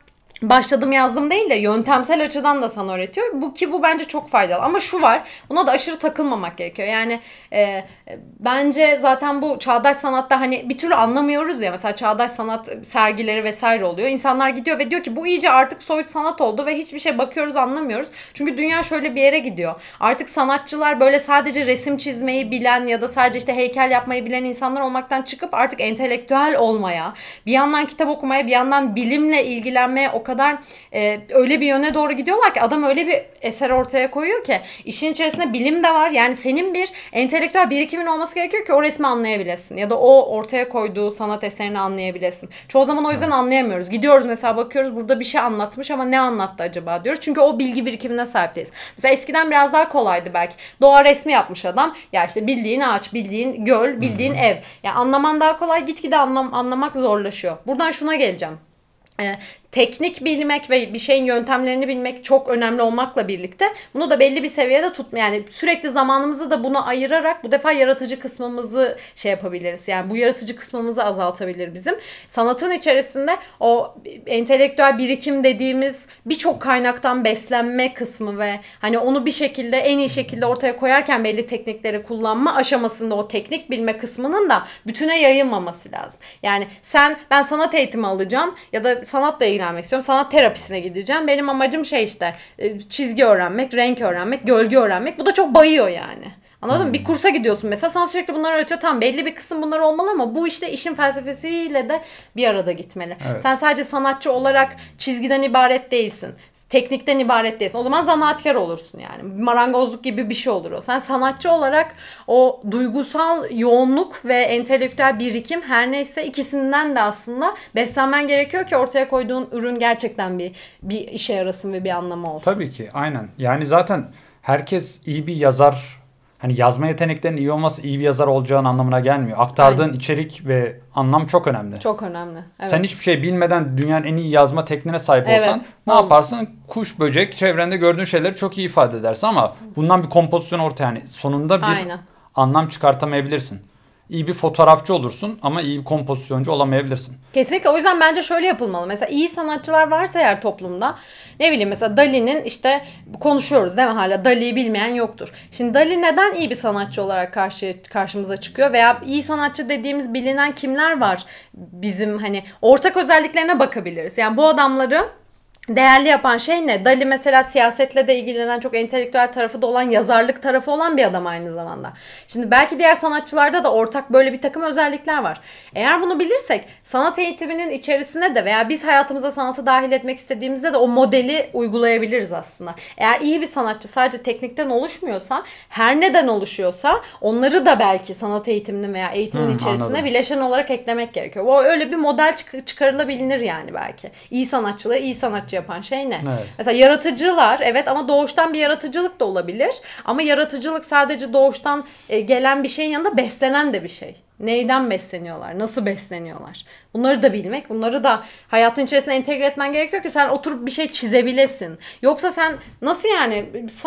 başladım yazdım değil de yöntemsel açıdan da sana öğretiyor. Bu ki bu bence çok faydalı. Ama şu var, buna da aşırı takılmamak gerekiyor. Yani e, bence zaten bu çağdaş sanatta hani bir türlü anlamıyoruz ya. Mesela çağdaş sanat sergileri vesaire oluyor. İnsanlar gidiyor ve diyor ki bu iyice artık soyut sanat oldu ve hiçbir şey bakıyoruz anlamıyoruz. Çünkü dünya şöyle bir yere gidiyor. Artık sanatçılar böyle sadece resim çizmeyi bilen ya da sadece işte heykel yapmayı bilen insanlar olmaktan çıkıp artık entelektüel olmaya, bir yandan kitap okumaya, bir yandan bilimle ilgilenmeye o kadar e, öyle bir yöne doğru gidiyorlar ki adam öyle bir eser ortaya koyuyor ki işin içerisinde bilim de var. Yani senin bir entelektüel birikimin olması gerekiyor ki o resmi anlayabilesin ya da o ortaya koyduğu sanat eserini anlayabilesin. Çoğu zaman o yüzden evet. anlayamıyoruz. Gidiyoruz mesela bakıyoruz burada bir şey anlatmış ama ne anlattı acaba diyoruz. Çünkü o bilgi birikimine sahip değiliz. Mesela eskiden biraz daha kolaydı belki. Doğa resmi yapmış adam. Ya işte bildiğin ağaç, bildiğin göl, bildiğin Hı-hı. ev. Yani anlaman daha kolay, gitgide anlam anlamak zorlaşıyor. Buradan şuna geleceğim. Ee, teknik bilmek ve bir şeyin yöntemlerini bilmek çok önemli olmakla birlikte bunu da belli bir seviyede tutma, yani sürekli zamanımızı da buna ayırarak bu defa yaratıcı kısmımızı şey yapabiliriz. Yani bu yaratıcı kısmımızı azaltabilir bizim. Sanatın içerisinde o entelektüel birikim dediğimiz birçok kaynaktan beslenme kısmı ve hani onu bir şekilde en iyi şekilde ortaya koyarken belli teknikleri kullanma aşamasında o teknik bilme kısmının da bütüne yayılmaması lazım. Yani sen ben sanat eğitimi alacağım ya da sanatla ilgilenmek istiyorum. Sanat terapisine gideceğim. Benim amacım şey işte çizgi öğrenmek, renk öğrenmek, gölge öğrenmek. Bu da çok bayıyor yani. Anladın hmm. mı? Bir kursa gidiyorsun mesela. Sana sürekli bunları öğretiyor. Tamam belli bir kısım bunlar olmalı ama bu işte işin felsefesiyle de bir arada gitmeli. Evet. Sen sadece sanatçı olarak çizgiden ibaret değilsin. Teknikten ibaret değilsin. O zaman zanaatkar olursun yani. Marangozluk gibi bir şey olur o. Sen sanatçı olarak o duygusal yoğunluk ve entelektüel birikim her neyse ikisinden de aslında beslenmen gerekiyor ki ortaya koyduğun ürün gerçekten bir bir işe yarasın ve bir anlamı olsun. Tabii ki aynen. Yani zaten herkes iyi bir yazar, hani yazma yeteneklerinin iyi olması iyi bir yazar olacağın anlamına gelmiyor. Aktardığın Aynen. içerik ve anlam çok önemli. Çok önemli. Evet. Sen hiçbir şey bilmeden dünyanın en iyi yazma tekniğine sahip olsan evet. ne Oldu. yaparsın? Kuş, böcek, çevrende gördüğün şeyleri çok iyi ifade edersin ama bundan bir kompozisyon ortaya, yani sonunda bir Aynen. anlam çıkartamayabilirsin. İyi bir fotoğrafçı olursun ama iyi bir kompozisyoncu olamayabilirsin. Kesinlikle. O yüzden bence şöyle yapılmalı. Mesela iyi sanatçılar varsa eğer toplumda, ne bileyim mesela Dali'nin işte konuşuyoruz değil mi hala? Dali'yi bilmeyen yoktur. Şimdi Dali neden iyi bir sanatçı olarak karşı karşımıza çıkıyor? Veya iyi sanatçı dediğimiz bilinen kimler var? Bizim hani ortak özelliklerine bakabiliriz. Yani bu adamları değerli yapan şey ne? Dali mesela siyasetle de ilgilenen, çok entelektüel tarafı da olan, yazarlık tarafı olan bir adam aynı zamanda. Şimdi belki diğer sanatçılarda da ortak böyle bir takım özellikler var. Eğer bunu bilirsek sanat eğitiminin içerisine de veya biz hayatımıza sanatı dahil etmek istediğimizde de o modeli uygulayabiliriz aslında. Eğer iyi bir sanatçı sadece teknikten oluşmuyorsa, her neden oluşuyorsa onları da belki sanat eğitiminin veya eğitimin hmm, içerisine anladım. bileşen olarak eklemek gerekiyor. O öyle bir model çık- çıkarılabilir yani belki. İyi sanatçıları iyi sanatçı yapan şey ne? Evet. Mesela yaratıcılar evet ama doğuştan bir yaratıcılık da olabilir. Ama yaratıcılık sadece doğuştan e, gelen bir şeyin yanında beslenen de bir şey. Neyden besleniyorlar? Nasıl besleniyorlar? Bunları da bilmek, bunları da hayatın içerisine entegre etmen gerekiyor ki sen oturup bir şey çizebilesin. Yoksa sen nasıl yani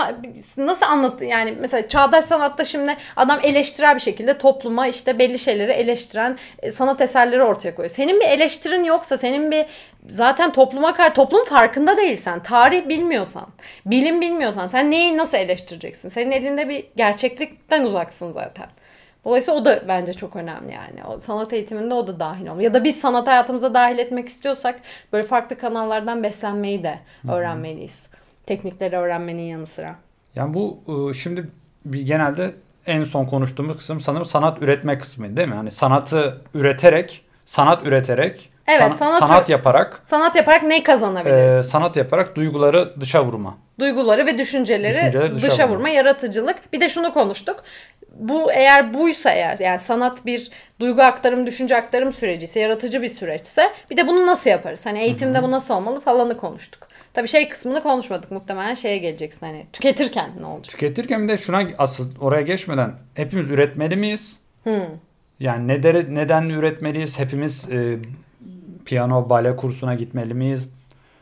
nasıl anlat yani mesela çağdaş sanatta şimdi adam eleştirel bir şekilde topluma işte belli şeyleri eleştiren sanat eserleri ortaya koyuyor. Senin bir eleştirin yoksa, senin bir zaten topluma karşı, toplum farkında değilsen, tarih bilmiyorsan, bilim bilmiyorsan sen neyi nasıl eleştireceksin? Senin elinde bir gerçeklikten uzaksın zaten. Dolayısıyla o da bence çok önemli yani. O sanat eğitiminde o da dahil olmalı. Ya da biz sanat hayatımıza dahil etmek istiyorsak böyle farklı kanallardan beslenmeyi de öğrenmeliyiz. Teknikleri öğrenmenin yanı sıra. Yani bu şimdi bir genelde en son konuştuğumuz kısım sanırım sanat üretme kısmı değil mi? Hani sanatı üreterek, sanat üreterek, evet, san- sanat, sanat yaparak. Sanat yaparak ne kazanabiliriz? E, sanat yaparak duyguları dışa vurma. Duyguları ve düşünceleri, düşünceleri dışa, dışa vurma, vurma, yaratıcılık. Bir de şunu konuştuk. Bu eğer buysa eğer yani sanat bir duygu aktarım, düşünce aktarım süreciyse, yaratıcı bir süreçse bir de bunu nasıl yaparız? Hani eğitimde Hı-hı. bu nasıl olmalı falanı konuştuk. Tabii şey kısmını konuşmadık. Muhtemelen şeye geleceksin hani tüketirken ne olacak? Tüketirken bir de şuna asıl oraya geçmeden hepimiz üretmeli miyiz? Hmm. Yani neden, neden üretmeliyiz? Hepimiz e, piyano, bale kursuna gitmeli miyiz?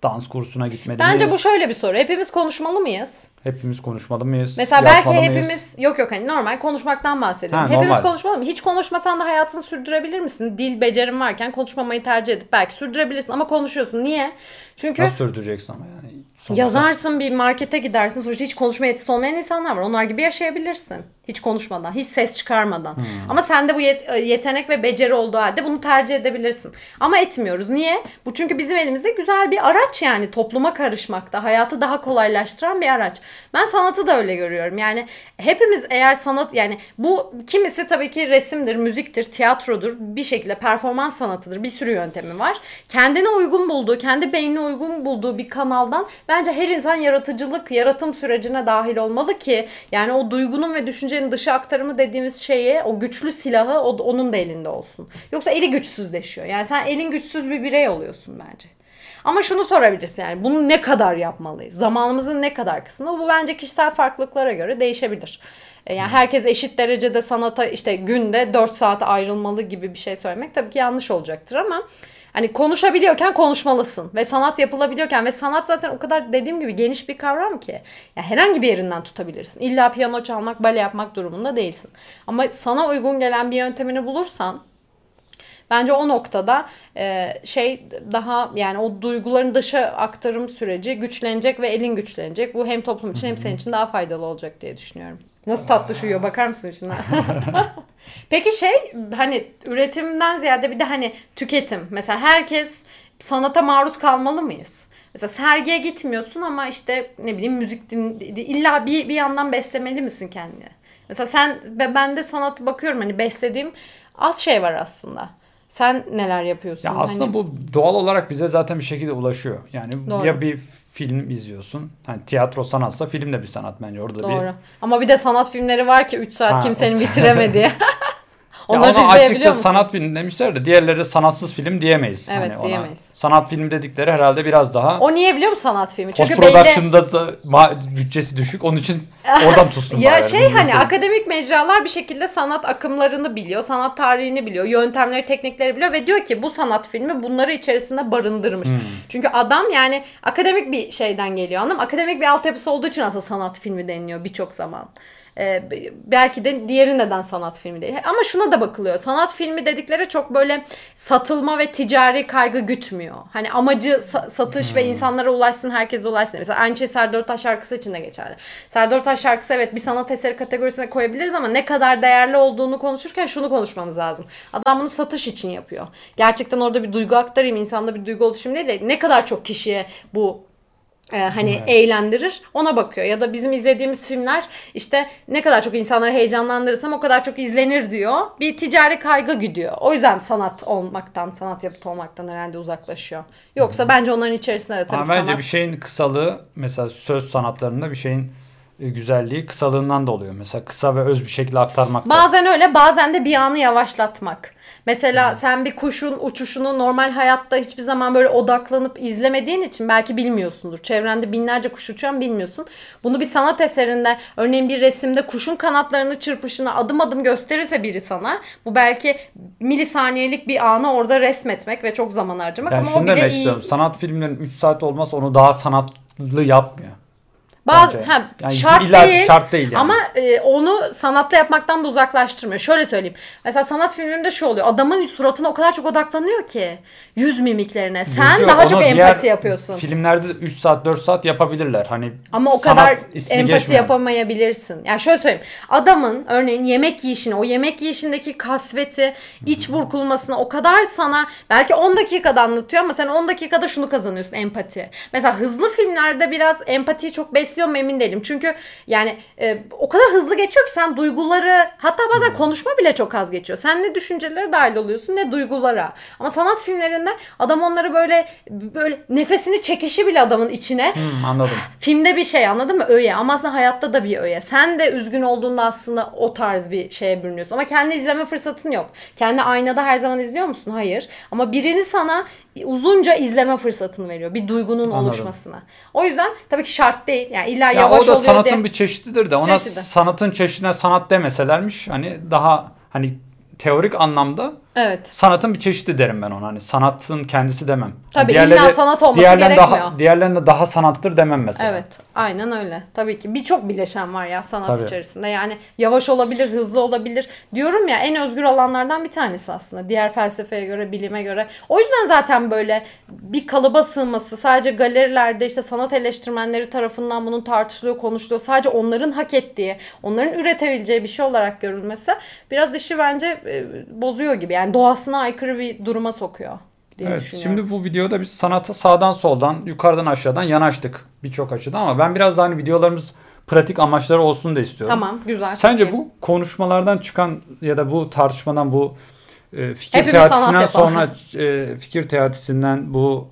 dans kursuna gitmeli Bence miyiz? bu şöyle bir soru. Hepimiz konuşmalı mıyız? Hepimiz konuşmalı mıyız? Mesela belki Yapmalı hepimiz mıyız? yok yok hani normal konuşmaktan bahsediyorum. Ha, Hepimiz normal. konuşmalı mı? Hiç konuşmasan da hayatını sürdürebilir misin? Dil becerin varken konuşmamayı tercih edip belki sürdürebilirsin ama konuşuyorsun. Niye? Çünkü Nasıl sürdüreceksin ama yani? Sonuçta. yazarsın, bir markete gidersin. Sonuçta hiç konuşma yetisi olmayan insanlar var. Onlar gibi yaşayabilirsin. Hiç konuşmadan, hiç ses çıkarmadan. Hmm. Ama sende bu yet- yetenek ve beceri olduğu halde bunu tercih edebilirsin. Ama etmiyoruz. Niye? Bu çünkü bizim elimizde güzel bir araç yani. Topluma karışmakta, hayatı daha kolaylaştıran bir araç. Ben sanatı da öyle görüyorum. Yani hepimiz eğer sanat, yani bu kimisi tabii ki resimdir, müziktir, tiyatrodur. Bir şekilde performans sanatıdır. Bir sürü yöntemi var. Kendine uygun bulduğu, kendi beynine uygun bulduğu bir kanaldan bence her insan yaratıcılık, yaratım sürecine dahil olmalı ki yani o duygunun ve düşüncenin dışı aktarımı dediğimiz şeyi, o güçlü silahı o, onun da elinde olsun. Yoksa eli güçsüzleşiyor. Yani sen elin güçsüz bir birey oluyorsun bence. Ama şunu sorabilirsin yani bunu ne kadar yapmalıyız? Zamanımızın ne kadar kısmı? Bu bence kişisel farklılıklara göre değişebilir. Yani herkes eşit derecede sanata işte günde dört saat ayrılmalı gibi bir şey söylemek tabii ki yanlış olacaktır ama hani konuşabiliyorken konuşmalısın ve sanat yapılabiliyorken ve sanat zaten o kadar dediğim gibi geniş bir kavram ki yani herhangi bir yerinden tutabilirsin. İlla piyano çalmak, bale yapmak durumunda değilsin. Ama sana uygun gelen bir yöntemini bulursan bence o noktada e, şey daha yani o duyguların dışa aktarım süreci güçlenecek ve elin güçlenecek. Bu hem toplum için hem senin için daha faydalı olacak diye düşünüyorum. Nasıl tatlı şuyuyor bakar mısın şuna? Peki şey hani üretimden ziyade bir de hani tüketim. Mesela herkes sanata maruz kalmalı mıyız? Mesela sergiye gitmiyorsun ama işte ne bileyim müzik din, illa bir, bir yandan beslemeli misin kendini? Mesela sen ben de sanatı bakıyorum hani beslediğim az şey var aslında. Sen neler yapıyorsun? Ya aslında hani... bu doğal olarak bize zaten bir şekilde ulaşıyor. Yani Doğru. ya bir film izliyorsun. Hani tiyatro sanatsa film de bir sanat bence orada. Doğru. Bir... Ama bir de sanat filmleri var ki üç saat ha, kimsenin o... bitiremediği. Onları da açıkça musun? Sanat film demişler de diğerleri de sanatsız film diyemeyiz. Evet hani diyemeyiz. Sanat film dedikleri herhalde biraz daha. O niye biliyor musun sanat filmi? Çünkü post-production'da belli... da bütçesi düşük. Onun için oradan tutsun. Ya bari. şey hani akademik mecralar bir şekilde sanat akımlarını biliyor. Sanat tarihini biliyor. Yöntemleri, teknikleri biliyor. Ve diyor ki bu sanat filmi bunları içerisinde barındırmış. Hmm. Çünkü adam yani akademik bir şeyden geliyor anladın mı? Akademik bir altyapısı olduğu için aslında sanat filmi deniliyor birçok zaman. Ee, belki de diğeri neden sanat filmi değil. Ama şuna da bakılıyor. Sanat filmi dedikleri çok böyle satılma ve ticari kaygı gütmüyor. Hani amacı sa- satış hmm. ve insanlara ulaşsın, herkese ulaşsın. Mesela aynı şey Serdar Ortaç şarkısı için de geçerli. Serdar Ortaç şarkısı evet bir sanat eseri kategorisine koyabiliriz ama ne kadar değerli olduğunu konuşurken şunu konuşmamız lazım. Adam bunu satış için yapıyor. Gerçekten orada bir duygu aktarayım, insanda bir duygu oluşum değil de ne kadar çok kişiye bu Ee, hani evet. eğlendirir ona bakıyor ya da bizim izlediğimiz filmler işte ne kadar çok insanları heyecanlandırırsam o kadar çok izlenir diyor bir ticari kaygı güdüyor o yüzden sanat olmaktan sanat yapıtı olmaktan herhalde uzaklaşıyor yoksa hmm. bence onların içerisinde de tabii ama sanat. Bence bir şeyin kısalığı mesela söz sanatlarında bir şeyin güzelliği kısalığından da oluyor mesela kısa ve öz bir şekilde aktarmak bazen öyle bazen de bir anı yavaşlatmak. Mesela hmm. sen bir kuşun uçuşunu normal hayatta hiçbir zaman böyle odaklanıp izlemediğin için belki bilmiyorsundur. Çevrende binlerce kuş uçuyan bilmiyorsun. Bunu bir sanat eserinde örneğin bir resimde kuşun kanatlarını çırpışını adım adım gösterirse biri sana bu belki milisaniyelik bir anı orada resmetmek ve çok zaman harcamak yani ama o bile iyi. Istiyorum. Sanat filmlerinin üç saat olmasa onu daha sanatlı yapmıyor. Bazı ha, yani şart değil, şart değil yani. Ama e, onu sanatta yapmaktan da uzaklaştırmıyor. Şöyle söyleyeyim. Mesela sanat filmlerinde şu oluyor. Adamın suratına o kadar çok odaklanıyor ki. Yüz mimiklerine. Sen Yüzü, daha çok empati yapıyorsun. Filmlerde üç saat dört saat yapabilirler. Hani ama o kadar empati geçmeyen. Yapamayabilirsin. Yani şöyle söyleyeyim. Adamın örneğin yemek yiyişini, o yemek yiyişindeki kasveti, iç burkulmasını o kadar sana belki on dakikada anlatıyor ama sen on dakikada şunu kazanıyorsun empati. Mesela hızlı filmlerde biraz empatiyi çok besliyor mu emin değilim. Çünkü yani e, o kadar hızlı geçiyor ki sen duyguları hatta bazen hmm. konuşma bile çok az geçiyor. Sen ne düşüncelere dahil oluyorsun ne duygulara. Ama sanat filmlerinde adam onları böyle böyle nefesini çekişi bile adamın içine. Hmm, anladım. Filmde bir şey anladın mı? Öğe. Ama aslında hayatta da bir öğe. Sen de üzgün olduğunda aslında o tarz bir şeye bürünüyorsun. Ama kendi izleme fırsatın yok. Kendi aynada her zaman izliyor musun? Hayır. Ama birini sana uzunca izleme fırsatını veriyor. Bir duygunun Anladım. oluşmasına. O yüzden tabii ki şart değil. Yani illa ya yavaş oluyor diye. O da sanatın diye. bir çeşididir de ona Çeşidi. sanatın çeşidine sanat demeselermiş hani daha hani teorik anlamda Evet. Sanatın bir çeşidi derim ben ona. Hani sanatın kendisi demem. Tabii diğerleri, illa sanat olması diğerlerine gerekmiyor. Daha, diğerlerine daha sanattır demem mesela. Evet. Aynen öyle. Tabii ki. Birçok bileşen var ya sanat Tabii. içerisinde. Yani yavaş olabilir, hızlı olabilir. Diyorum ya en özgür alanlardan bir tanesi aslında. Diğer felsefeye göre, bilime göre. O yüzden zaten böyle bir kalıba sığması, sadece galerilerde işte sanat eleştirmenleri tarafından bunun tartışılıyor, konuşuluyor. Sadece onların hak ettiği, onların üretebileceği bir şey olarak görülmesi biraz işi bence e, bozuyor gibi. Yani doğasına aykırı bir duruma sokuyor diye Evet, düşünüyorum. şimdi bu videoda biz sanata sağdan soldan, yukarıdan aşağıdan yanaştık birçok açıdan ama ben biraz daha hani videolarımız pratik amaçları olsun da istiyorum. Tamam, güzel. Sence peki. bu konuşmalardan çıkan ya da bu tartışmadan, bu e, fikir Hepimiz teatisinden sanat yapalım. sonra e, fikir teatisinden bu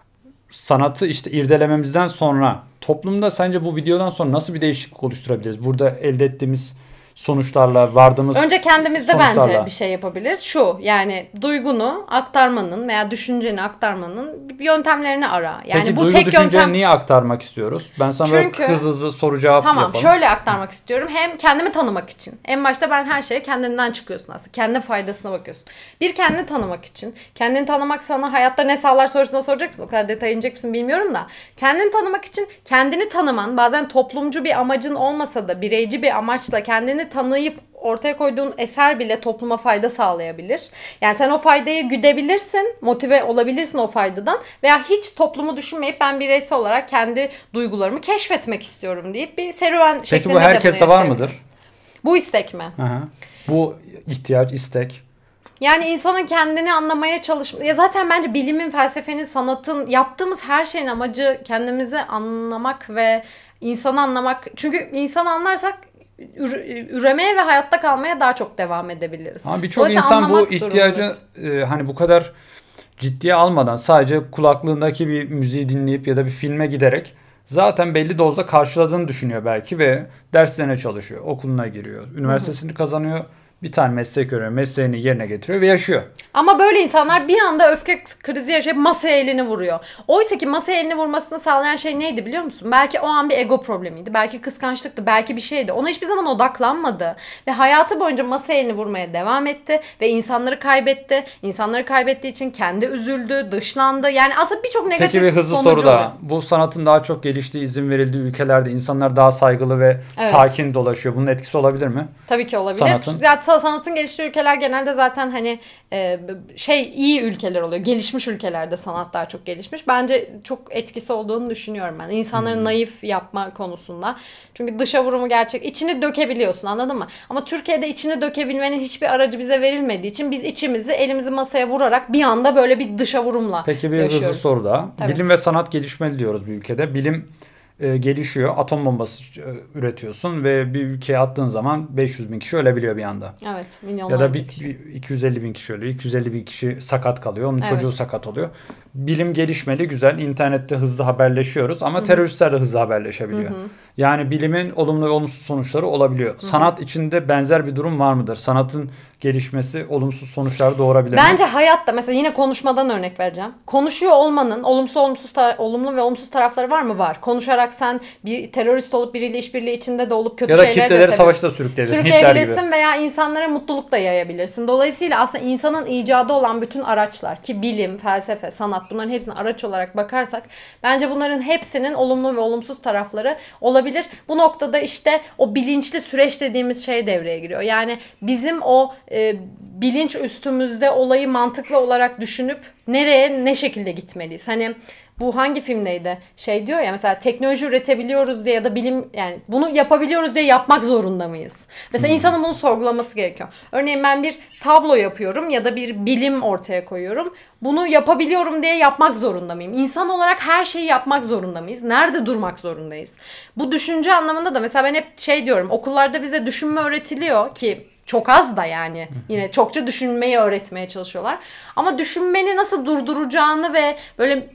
sanatı işte irdelememizden sonra toplumda sence bu videodan sonra nasıl bir değişiklik oluşturabiliriz? Burada elde ettiğimiz sonuçlarla, vardığımız Önce kendimizde sonuçlarla. bence bir şey yapabiliriz. Şu yani duygunu aktarmanın veya düşünceni aktarmanın yöntemlerini ara. Yani Peki bu duygu tek düşünceni yöntem. niye aktarmak istiyoruz? Ben sana Çünkü- böyle hızlı hızlı soru cevap Tamam yapalım. şöyle aktarmak istiyorum. Hem kendimi tanımak için. En başta ben her şeye kendinden çıkıyorsun aslında. Kendi faydasına bakıyorsun. Bir kendini tanımak için. Kendini tanımak sana hayatta ne sağlar sorusuna soracak mısın? O kadar detaya inecek misin bilmiyorum da. Kendini tanımak için kendini tanıman bazen toplumcu bir amacın olmasa da bireyci bir amaçla kendini tanıyıp ortaya koyduğun eser bile topluma fayda sağlayabilir. Yani sen o faydayı güdebilirsin, motive olabilirsin o faydadan veya hiç toplumu düşünmeyip ben bireysel olarak kendi duygularımı keşfetmek istiyorum deyip bir serüven Peki şeklinde bu de herkeste bunu var yaşayabiliriz. mıdır? Bu istek mi? Hı hı. Bu ihtiyaç, istek. Yani insanın kendini anlamaya çalışması. Ya zaten bence bilimin, felsefenin, sanatın, yaptığımız her şeyin amacı kendimizi anlamak ve insanı anlamak. Çünkü insanı anlarsak üre- üremeye ve hayatta kalmaya daha çok devam edebiliriz. Ama birçok Dolayısıyla insan bu anlamak ihtiyacı durumundayız. e, hani bu kadar ciddiye almadan sadece kulaklığındaki bir müziği dinleyip ya da bir filme giderek zaten belli dozda karşıladığını düşünüyor belki ve derslerine çalışıyor, okuluna giriyor, üniversitesini kazanıyor, bir tane meslek öğreniyor, mesleğini yerine getiriyor ve yaşıyor. Ama böyle insanlar bir anda öfke krizi yaşayıp masaya elini vuruyor. Oysa ki masaya elini vurmasını sağlayan şey neydi biliyor musun? Belki o an bir ego problemiydi. Belki kıskançlıktı. Belki bir şeydi. Ona hiçbir zaman odaklanmadı. Ve hayatı boyunca masaya elini vurmaya devam etti. Ve insanları kaybetti. İnsanları kaybettiği için kendi üzüldü, dışlandı. Yani aslında birçok negatif Peki bir hızlı sonucu soru daha. oluyor. Bu sanatın daha çok geliştiği, izin verildiği ülkelerde insanlar daha saygılı ve Evet. sakin dolaşıyor. Bunun etkisi olabilir mi? Tabii ki olabilir. Sanatın. Zaten sanatın geliştiği ülkeler genelde zaten hani e, şey iyi ülkeler oluyor. Gelişmiş ülkelerde sanat daha çok gelişmiş. Bence çok etkisi olduğunu düşünüyorum ben. İnsanları Hmm. naif yapma konusunda. Çünkü dışa vurumu gerçek. İçini dökebiliyorsun anladın mı? Ama Türkiye'de içini dökebilmenin hiçbir aracı bize verilmediği için biz içimizi elimizi masaya vurarak bir anda böyle bir dışa vurumla Peki bir yaşıyoruz. hızlı soru daha. Tabii. Bilim ve sanat gelişmeli diyoruz bir ülkede. Bilim e, gelişiyor. Atom bombası e, üretiyorsun ve bir ülkeye attığın zaman beş yüz bin kişi ölebiliyor bir anda. Evet, milyonlarca Ya da bir, kişi. bir iki yüz elli bin kişi ölüyor. iki yüz elli bin kişi sakat kalıyor. Onun Evet. çocuğu sakat oluyor. Bilim gelişmeli, güzel. İnternette hızlı haberleşiyoruz ama teröristler de hızlı haberleşebiliyor. Yani bilimin olumlu ve olumsuz sonuçları olabiliyor. Sanat içinde benzer bir durum var mıdır? Sanatın gelişmesi olumsuz sonuçlar doğurabilir mi? Bence hayatta mesela yine konuşmadan örnek vereceğim. Konuşuyor olmanın olumsuz olumsuz tar- olumlu ve olumsuz tarafları var mı? Var. Konuşarak sen bir terörist olup biriyle işbirliği içinde de olup kötü Ya da şeyleri de kitleleri sebebi- savaşta da sürükleyebilirsin. Hitler gibi. sürükleyebilirsin veya insanlara mutluluk da yayabilirsin. Dolayısıyla aslında insanın icadı olan bütün araçlar ki bilim, felsefe, sanat bunların hepsine araç olarak bakarsak bence bunların hepsinin olumlu ve olumsuz tarafları olabilir. Bu noktada işte o bilinçli süreç dediğimiz şey devreye giriyor. Yani bizim o e, bilinç üstümüzde olayı mantıklı olarak düşünüp nereye ne şekilde gitmeliyiz? Hani bu hangi filmdeydi? Şey diyor ya mesela teknoloji üretebiliyoruz diye ya da bilim yani bunu yapabiliyoruz diye yapmak zorunda mıyız? Mesela insanın bunu sorgulaması gerekiyor. Örneğin ben bir tablo yapıyorum ya da bir bilim ortaya koyuyorum. Bunu yapabiliyorum diye yapmak zorunda mıyım? İnsan olarak her şeyi yapmak zorunda mıyız? Nerede durmak zorundayız? Bu düşünce anlamında da mesela ben hep şey diyorum. Okullarda bize düşünme öğretiliyor ki çok az da yani. Yine çokça düşünmeyi öğretmeye çalışıyorlar. Ama düşünmeni nasıl durduracağını ve böyle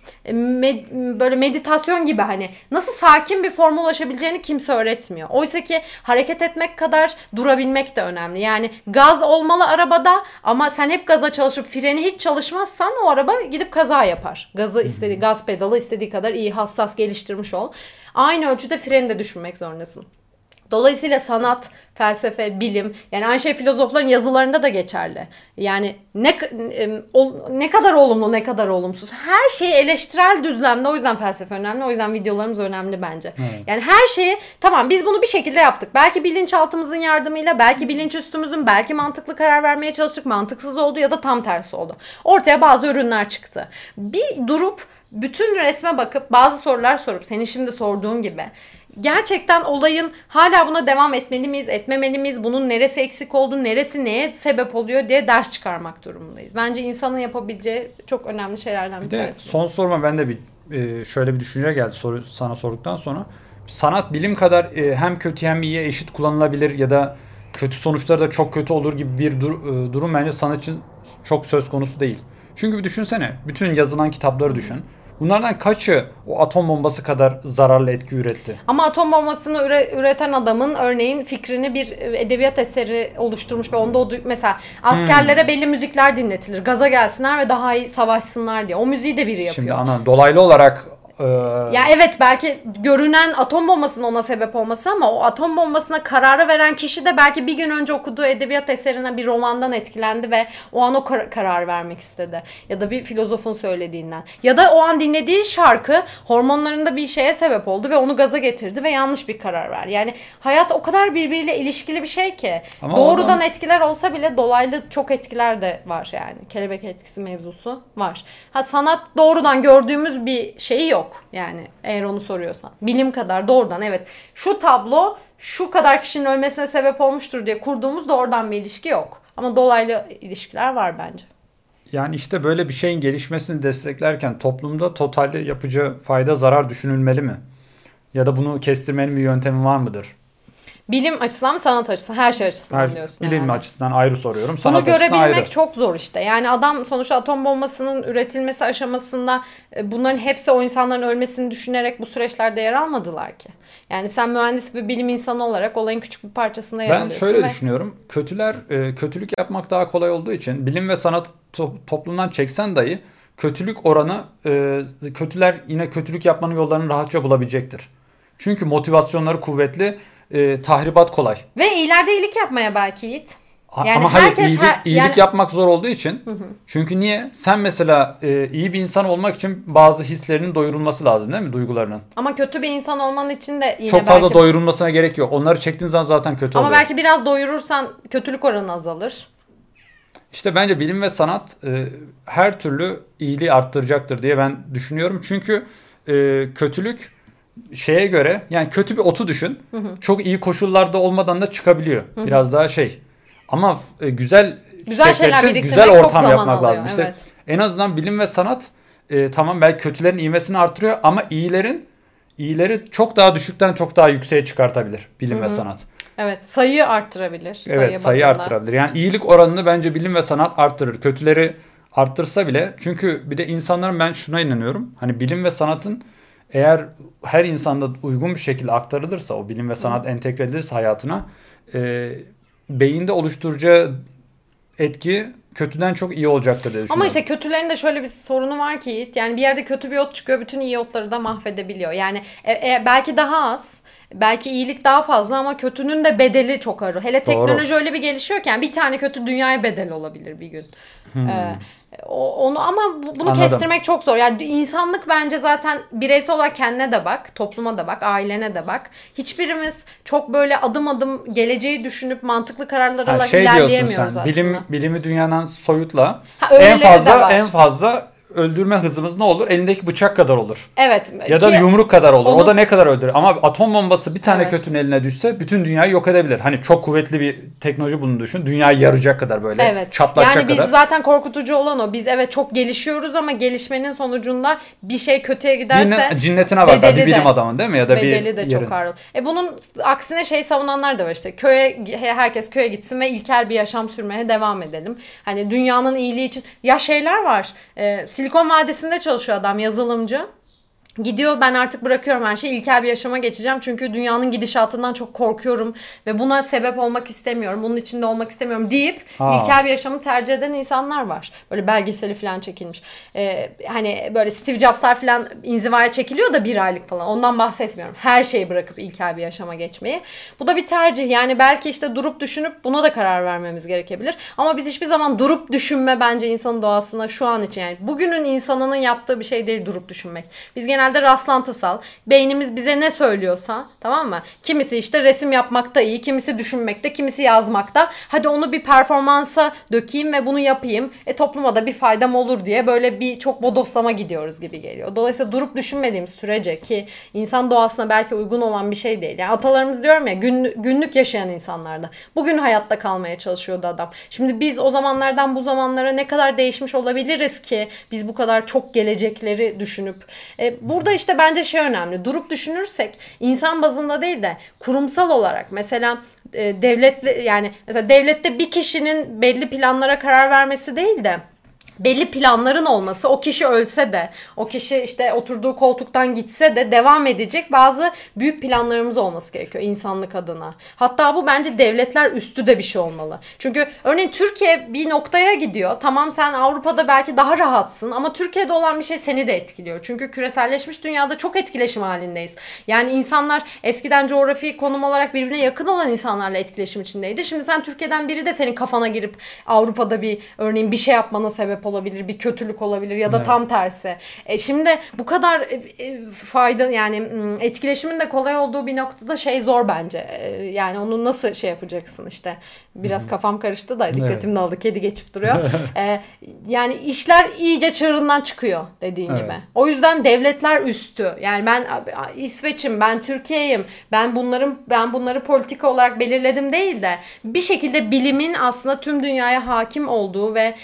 med- böyle meditasyon gibi hani nasıl sakin bir forma ulaşabileceğini kimse öğretmiyor. Oysa ki hareket etmek kadar durabilmek de önemli. Yani gaz olmalı arabada ama sen hep gaza çalışıp freni hiç çalışmazsan o araba gidip kaza yapar. Gazı istediği, gaz pedalı istediği kadar iyi hassas geliştirmiş ol. Aynı ölçüde freni de düşünmek zorundasın. Dolayısıyla sanat, felsefe, bilim, yani aynı şey filozofların yazılarında da geçerli. Yani ne ne kadar olumlu, ne kadar olumsuz. Her şeyi eleştirel düzlemde, o yüzden felsefe önemli, o yüzden videolarımız önemli bence. Evet. Yani her şeyi, tamam biz bunu bir şekilde yaptık. Belki bilinçaltımızın yardımıyla, belki bilinçüstümüzün, belki mantıklı karar vermeye çalıştık, mantıksız oldu ya da tam tersi oldu. Ortaya bazı ürünler çıktı. Bir durup bütün resme bakıp bazı sorular sorup, senin şimdi sorduğun gibi, gerçekten olayın hala buna devam etmeli miyiz, etmemeli miyiz, bunun neresi eksik oldu, neresi neye sebep oluyor diye ders çıkarmak durumundayız. Bence insanın yapabileceği çok önemli şeylerden bir, bir tanesi. Son soruma ben de bir şöyle bir düşünce geldi soru sana sorduktan sonra. Sanat bilim kadar hem kötü hem iyiye eşit kullanılabilir ya da kötü sonuçları da çok kötü olur gibi bir dur- durum bence sanat için çok söz konusu değil. Çünkü bir düşünsene, bütün yazılan kitapları düşün. Bunlardan kaçı o atom bombası kadar zararlı etki üretti? Ama atom bombasını üre, üreten adamın örneğin fikrini bir edebiyat eseri oluşturmuş ve onda o mesela askerlere hmm. belli müzikler dinletilir. Gaza gelsinler ve daha iyi savaşsınlar diye. O müziği de biri yapıyor. Şimdi ana dolaylı olarak Ee... Ya evet, belki görünen atom bombasının ona sebep olması ama o atom bombasına kararı veren kişi de belki bir gün önce okuduğu edebiyat eserine, bir romandan etkilendi ve o an o kar- karar vermek istedi. Ya da bir filozofun söylediğinden. Ya da o an dinlediği şarkı hormonlarında bir şeye sebep oldu ve onu gaza getirdi ve yanlış bir karar verdi. Yani hayat o kadar birbiriyle ilişkili bir şey ki. Ama doğrudan ondan... etkiler olsa bile dolaylı çok etkiler de var yani. Kelebek etkisi mevzusu var. Ha, sanat doğrudan gördüğümüz bir şeyi yok. Yani eğer onu soruyorsan. Bilim kadar doğrudan evet şu tablo şu kadar kişinin ölmesine sebep olmuştur diye kurduğumuz doğrudan bir ilişki yok. Ama dolaylı ilişkiler var bence. Yani işte böyle bir şeyin gelişmesini desteklerken toplumda totalde yapacağı fayda zarar düşünülmeli mi? Ya da bunu kestirmenin bir yöntemi var mıdır? Bilim açısından mı, sanat açısından, her şey açısından her, diyorsun. Bilim yani. Açısından ayrı soruyorum. Sanat Bunu görebilmek çok zor işte. Yani adam sonuçta atom bombasının üretilmesi aşamasında bunların hepsi o insanların ölmesini düşünerek bu süreçlerde yer almadılar ki. Yani sen mühendis bir bilim insanı olarak olayın küçük bir parçasında yer ben alıyorsun. Ben şöyle ve... düşünüyorum. Kötüler kötülük yapmak daha kolay olduğu için bilim ve sanat to- toplumdan çeksen dahi kötülük oranı kötüler yine kötülük yapmanın yollarını rahatça bulabilecektir. Çünkü motivasyonları kuvvetli. E, tahribat kolay. Ve ileride iyilik yapmaya belki Yiğit. Yani ama hayır iyilik, her, iyilik yani... yapmak zor olduğu için. Hı hı. Çünkü niye? Sen mesela e, iyi bir insan olmak için bazı hislerinin doyurulması lazım değil mi? Duygularının. Ama kötü bir insan olman için de yine çok fazla belki... doyurulmasına gerek yok. Onları çektiğin zaman zaten kötü ama oluyor. Ama belki biraz doyurursan kötülük oranı azalır. İşte bence bilim ve sanat e, her türlü iyiliği arttıracaktır diye ben düşünüyorum. Çünkü e, kötülük şeye göre, yani kötü bir otu düşün. Hı hı. Çok iyi koşullarda olmadan da çıkabiliyor. Hı hı. Biraz daha şey. Ama e, güzel güzel şeyler biriktirmek güzel ortam çok zaman yapmak alıyor. lazım. İşte evet. En azından bilim ve sanat e, tamam belki kötülerin ivmesini artırıyor ama iyilerin iyileri çok daha düşükten çok daha yükseğe çıkartabilir bilim hı hı. ve sanat. Evet, sayıyı arttırabilir. Sayı evet, sayıyı bazında. arttırabilir. Yani iyilik oranını bence bilim ve sanat arttırır. Kötüleri arttırsa bile, çünkü bir de insanların, ben şuna inanıyorum. Hani bilim ve sanatın eğer her insanda uygun bir şekilde aktarılırsa, o bilim ve sanat Hı. entegre edilirse hayatına, e, beyinde oluşturacağı etki kötüden çok iyi olacaktır diye düşünüyorum. Ama işte kötülerin de şöyle bir sorunu var ki Yiğit. Yani bir yerde kötü bir ot çıkıyor, bütün iyi otları da mahvedebiliyor. Yani e, e, belki daha az, belki iyilik daha fazla ama kötünün de bedeli çok ağır. Hele teknoloji Doğru. öyle bir gelişiyor ki yani bir tane kötü dünyaya bedel olabilir bir gün. Hmm. Ee, onu ama bunu Anladım. kestirmek çok zor. Yani insanlık bence zaten bireysel olarak kendine de bak, topluma da bak, ailene de bak. Hiçbirimiz çok böyle adım adım geleceği düşünüp mantıklı kararlarla ha, şey ilerleyemiyoruz aslında. Bilim, bilimi dünyadan soyutla. Ha, en fazla en fazla öldürme hızımız ne olur? Elindeki bıçak kadar olur. Evet. Ya da yumruk kadar olur. Onu... O da ne kadar öldürür? Ama atom bombası bir tane evet. kötünün eline düşse bütün dünyayı yok edebilir. Hani çok kuvvetli bir teknoloji, bunu düşün. Dünyayı yaracak kadar böyle. Evet. Çatlatacak yani kadar. Yani biz zaten korkutucu olan o. Biz evet çok gelişiyoruz ama gelişmenin sonucunda bir şey kötüye giderse Birinin cinnetine bakar bir bilim adamın değil mi? Ya da bedeli bir de yerin. çok ağır. E bunun aksine şey savunanlar da var işte. Köye, herkes köye gitsin ve ilkel bir yaşam sürmeye devam edelim. Hani dünyanın iyiliği için. Ya şeyler var. E, Silikon Vadisi'nde çalışıyor adam, yazılımcı. Gidiyor, ben artık bırakıyorum her şeyi, ilkel bir yaşama geçeceğim. Çünkü dünyanın gidişatından çok korkuyorum ve buna sebep olmak istemiyorum. Bunun içinde olmak istemiyorum deyip Aa. ilkel bir yaşamı tercih eden insanlar var. Böyle belgeseli falan çekilmiş. Ee, hani böyle Steve Jobs'lar falan inzivaya çekiliyor da bir aylık falan. Ondan bahsetmiyorum. Her şeyi bırakıp ilkel bir yaşama geçmeyi. Bu da bir tercih. Yani belki işte durup düşünüp buna da karar vermemiz gerekebilir. Ama biz hiçbir zaman durup düşünme bence insanın doğasına şu an için, yani bugünün insanının yaptığı bir şey değil durup düşünmek. Biz genelde Genelde rastlantısal. Beynimiz bize ne söylüyorsa, tamam mı? Kimisi işte resim yapmakta iyi, kimisi düşünmekte, kimisi yazmakta. Hadi onu bir performansa dökeyim ve bunu yapayım. E topluma da bir faydam olur diye böyle bir çok bodoslama gidiyoruz gibi geliyor. Dolayısıyla durup düşünmediğimiz sürece, ki insan doğasına belki uygun olan bir şey değil. Yani atalarımız diyorum ya, gün, günlük yaşayan insanlarda. Bugün hayatta kalmaya çalışıyordu adam. Şimdi biz o zamanlardan bu zamanlara ne kadar değişmiş olabiliriz ki biz bu kadar çok gelecekleri düşünüp e, burada işte bence şey önemli. Durup düşünürsek insan bazında değil de kurumsal olarak, mesela e, devletle, yani mesela devlette bir kişinin belli planlara karar vermesi değil de belli planların olması, o kişi ölse de, o kişi işte oturduğu koltuktan gitse de devam edecek bazı büyük planlarımız olması gerekiyor insanlık adına. Hatta bu bence devletler üstü de bir şey olmalı. Çünkü örneğin Türkiye bir noktaya gidiyor. Tamam, sen Avrupa'da belki daha rahatsın ama Türkiye'de olan bir şey seni de etkiliyor. Çünkü küreselleşmiş dünyada çok etkileşim halindeyiz. Yani insanlar eskiden coğrafi konum olarak birbirine yakın olan insanlarla etkileşim içindeydi. Şimdi sen Türkiye'den biri de senin kafana girip Avrupa'da bir örneğin bir şey yapmana sebep olabilir, bir kötülük olabilir ya da evet. Tam tersi. E şimdi bu kadar e, e, fayda, yani etkileşimin de kolay olduğu bir noktada şey zor bence. E, yani onu nasıl şey yapacaksın işte. Biraz kafam karıştı da dikkatim dağıldı. Evet. Kedi geçip duruyor. e, yani işler iyice çığırından çıkıyor dediğin evet. gibi. O yüzden devletler üstü. Yani ben İsveç'im, ben Türkiye'yim. Ben bunların ben bunları politika olarak belirledim değil de bir şekilde bilimin aslında tüm dünyaya hakim olduğu ve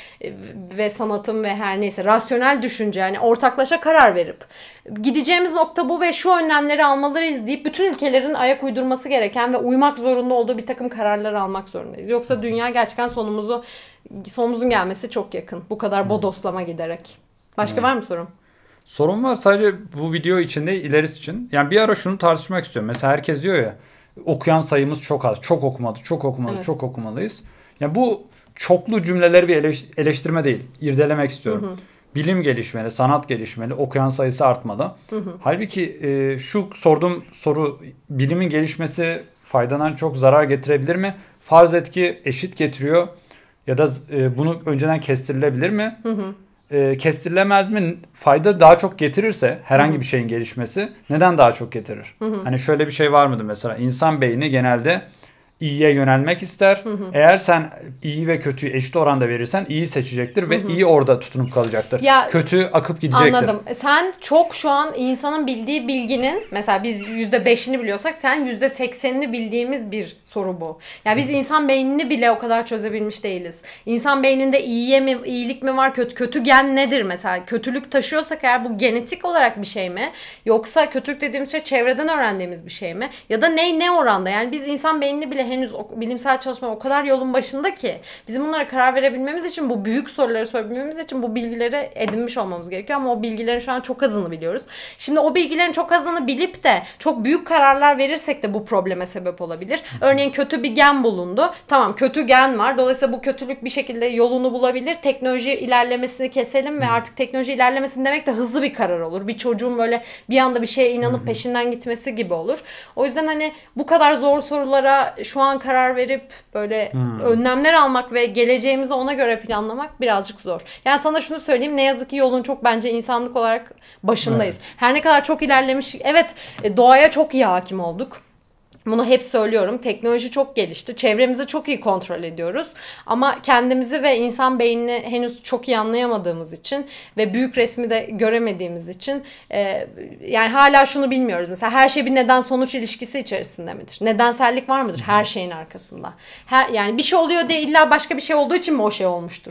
ve sanatın ve her neyse rasyonel düşünce, yani ortaklaşa karar verip gideceğimiz nokta bu ve şu önlemleri almalıyız deyip bütün ülkelerin ayak uydurması gereken ve uymak zorunda olduğu bir takım kararlar almak zorundayız. Yoksa dünya gerçekten sonumuzu sonumuzun gelmesi çok yakın. Bu kadar bodoslama giderek. Başka hmm. var mı sorun? Sorun var, sadece bu video içinde ilerisi için. Yani bir ara şunu tartışmak istiyorum. Mesela herkes diyor ya, okuyan sayımız çok az. Çok okumadı, çok okumalıyız, evet. çok okumalıyız. Yani bu çoklu cümleleri bir eleştirme değil. İrdelemek istiyorum. Hı hı. Bilim gelişmeli, sanat gelişmeli, okuyan sayısı artmalı. Hı hı. Halbuki e, şu sorduğum soru, bilimin gelişmesi faydadan çok zarar getirebilir mi? Farz et ki eşit getiriyor ya da e, bunu önceden kestirilebilir mi? Hı hı. E, kestirilemez mi? Fayda daha çok getirirse herhangi hı hı. bir şeyin gelişmesi neden daha çok getirir? Hı hı. Hani şöyle bir şey var mıdır mesela? İnsan beyni genelde iyiye yönelmek ister. Hı hı. Eğer sen iyi ve kötüyü eşit oranda verirsen iyi seçecektir hı ve hı. iyi orada tutunup kalacaktır. Ya, kötü akıp gidecektir. Anladım. Sen çok şu an insanın bildiği bilginin, mesela biz yüzde beşini biliyorsak sen yüzde seksenini bildiğimiz bir soru bu. Yani biz hı. insan beynini bile o kadar çözebilmiş değiliz. İnsan beyninde iyiye mi, iyilik mi var, kötü kötü gen nedir mesela? Kötülük taşıyorsak eğer bu genetik olarak bir şey mi? Yoksa kötülük dediğimiz şey çevreden öğrendiğimiz bir şey mi? Ya da ne ne oranda? Yani biz insan beynini bile henüz bilimsel çalışma o kadar yolun başında ki bizim bunlara karar verebilmemiz için, bu büyük soruları sorabilmemiz için bu bilgileri edinmiş olmamız gerekiyor ama o bilgilerin şu an çok azını biliyoruz. Şimdi o bilgilerin çok azını bilip de çok büyük kararlar verirsek de bu probleme sebep olabilir. Örneğin kötü bir gen bulundu. Tamam, kötü gen var. Dolayısıyla bu kötülük bir şekilde yolunu bulabilir. Teknoloji ilerlemesini keselim ve artık teknoloji ilerlemesin demek de hızlı bir karar olur. Bir çocuğun böyle bir anda bir şeye inanıp peşinden gitmesi gibi olur. O yüzden hani bu kadar zor sorulara şu an karar verip böyle hmm. önlemler almak ve geleceğimizi ona göre planlamak birazcık zor. Yani sana şunu söyleyeyim, ne yazık ki yolun çok bence insanlık olarak başındayız. Evet. Her ne kadar çok ilerlemiş, evet doğaya çok iyi hakim olduk. Bunu hep söylüyorum. Teknoloji çok gelişti. Çevremizi çok iyi kontrol ediyoruz. Ama kendimizi ve insan beynini henüz çok iyi anlayamadığımız için ve büyük resmi de göremediğimiz için e, yani hala şunu bilmiyoruz. Mesela her şey bir neden sonuç ilişkisi içerisinde midir? Nedensellik var mıdır her şeyin arkasında? Her, yani bir şey oluyor diye illa başka bir şey olduğu için mi o şey olmuştur?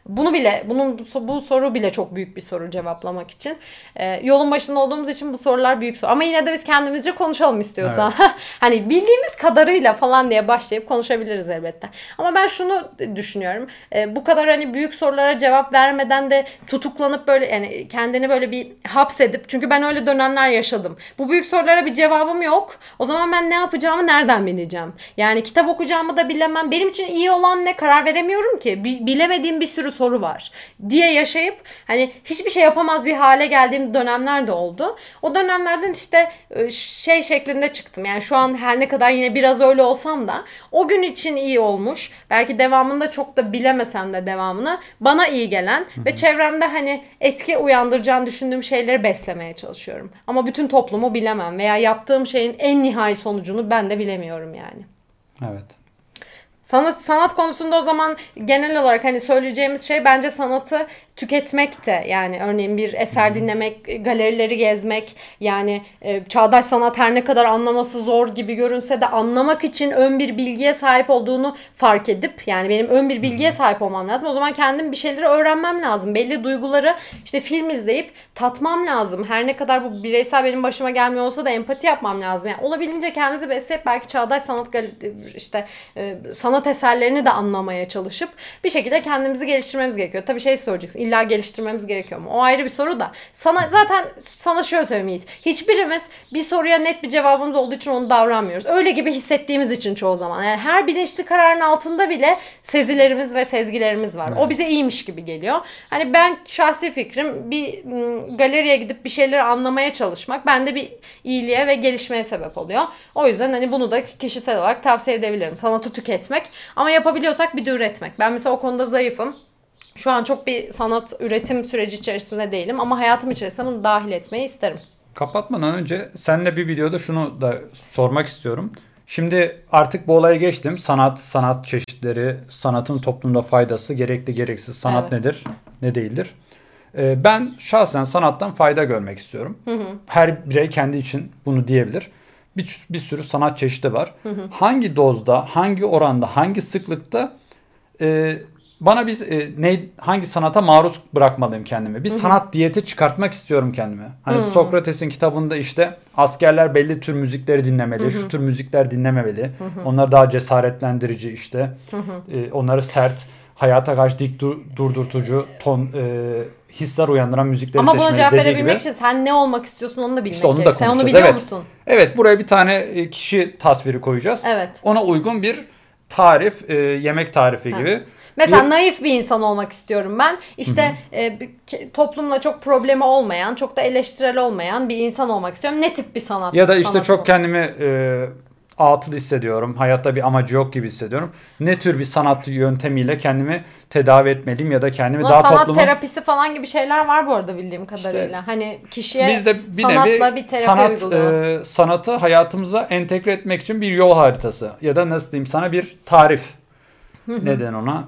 Bunu bile, bunun bu soru bile çok büyük bir soru cevaplamak için. Ee, yolun başında olduğumuz için bu sorular büyük soru. Ama yine de biz kendimizce konuşalım istiyorsan. Evet. Hani bildiğimiz kadarıyla falan diye başlayıp konuşabiliriz elbette. Ama ben şunu düşünüyorum. Ee, bu kadar hani büyük sorulara cevap vermeden de tutuklanıp böyle yani kendini böyle bir hapsedip, çünkü ben öyle dönemler yaşadım. Bu büyük sorulara bir cevabım yok. O zaman ben ne yapacağımı nereden bileceğim? Yani kitap okuyacağımı da bilemem. Benim için iyi olan ne, karar veremiyorum ki. Bilemediğim bir sürü soru var diye yaşayıp hani hiçbir şey yapamaz bir hale geldiğim dönemler de oldu. O dönemlerden işte şey şeklinde çıktım. Yani şu an her ne kadar yine biraz öyle olsam da o gün için iyi olmuş. Belki devamında çok da bilemesem de devamını bana iyi gelen Hı-hı. ve çevremde hani etki uyandıracağını düşündüğüm şeyleri beslemeye çalışıyorum. Ama bütün toplumu bilemem veya yaptığım şeyin en nihai sonucunu ben de bilemiyorum yani. Evet. Sanat sanat konusunda o zaman genel olarak hani söyleyeceğimiz şey bence sanatı tüketmek de, yani örneğin bir eser dinlemek, galerileri gezmek, yani e, çağdaş sanat her ne kadar anlaması zor gibi görünse de anlamak için ön bir bilgiye sahip olduğunu fark edip, yani benim ön bir bilgiye sahip olmam lazım. O zaman kendim bir şeyleri öğrenmem lazım. Belli duyguları işte film izleyip tatmam lazım. Her ne kadar bu bireysel benim başıma gelmiyor olsa da empati yapmam lazım. Yani olabildiğince kendimizi besleyip belki çağdaş sanat işte e, sanat eserlerini de anlamaya çalışıp bir şekilde kendimizi geliştirmemiz gerekiyor. Tabii şey söyleyeceksin. İlla geliştirmemiz gerekiyor mu? O ayrı bir soru da. Sana zaten sana şöyle söylemeyiz. Hiçbirimiz bir soruya net bir cevabımız olduğu için onu davranmıyoruz. Öyle gibi hissettiğimiz için çoğu zaman. Yani her bilinçli kararın altında bile sezilerimiz ve sezgilerimiz var. Evet. O bize iyiymiş gibi geliyor. Hani ben şahsi fikrim bir m, galeriye gidip bir şeyleri anlamaya çalışmak bende bir iyiliğe ve gelişmeye sebep oluyor. O yüzden hani bunu da kişisel olarak tavsiye edebilirim. Sanatı tüketmek ama yapabiliyorsak bir de üretmek. Ben mesela o konuda zayıfım. Şu an çok bir sanat üretim süreci içerisinde değilim ama hayatım içerisinde bunu dahil etmeyi isterim. Kapatmadan önce seninle bir videoda şunu da sormak istiyorum. Şimdi artık bu olaya geçtim. Sanat, sanat çeşitleri, sanatın toplumda faydası, gerekli gereksiz sanat evet. nedir, ne değildir? Ee, ben şahsen sanattan fayda görmek istiyorum. Hı hı. Her birey kendi için bunu diyebilir. Bir, bir sürü sanat çeşidi var. Hı hı. Hangi dozda, hangi oranda, hangi sıklıkta e, bana bir e, ne hangi sanata maruz bırakmalıyım kendimi? Bir Hı-hı. sanat diyeti çıkartmak istiyorum kendime. Hani Hı-hı. Sokrates'in kitabında işte askerler belli tür müzikleri dinlemeli, Hı-hı. şu tür müzikler dinlememeli. Hı-hı. Onlar daha cesaretlendirici işte. E, onları sert, hayata karşı dik dur, durdurtucu ton e, hisler uyandıran müzikleri Ama seçmeli. Ama buna cevap verebilmek için sen ne olmak istiyorsun onu da bilmek işte onu gerek. Da sen onu biliyor evet. musun? Evet, buraya bir tane kişi tasviri koyacağız. Evet. Ona uygun bir tarif, e, yemek tarifi ha. gibi. Mesela bir... naif bir insan olmak istiyorum ben. İşte e, toplumla çok problemi olmayan, çok da eleştirel olmayan bir insan olmak istiyorum. Ne tip bir sanat? Ya da işte sanat çok mı? kendimi e, atıl hissediyorum. Hayatta bir amacı yok gibi hissediyorum. Ne tür bir sanat yöntemiyle kendimi tedavi etmeliyim ya da kendimi Buna daha sanat toplumun... terapisi falan gibi şeyler var bu arada bildiğim kadarıyla. İşte, hani kişiye biz de bir sanatla nevi bir terapi sanat, uyguluyor. E, sanatı hayatımıza entegre etmek için bir yol haritası ya da nasıl diyeyim sana bir tarif. Neden ona?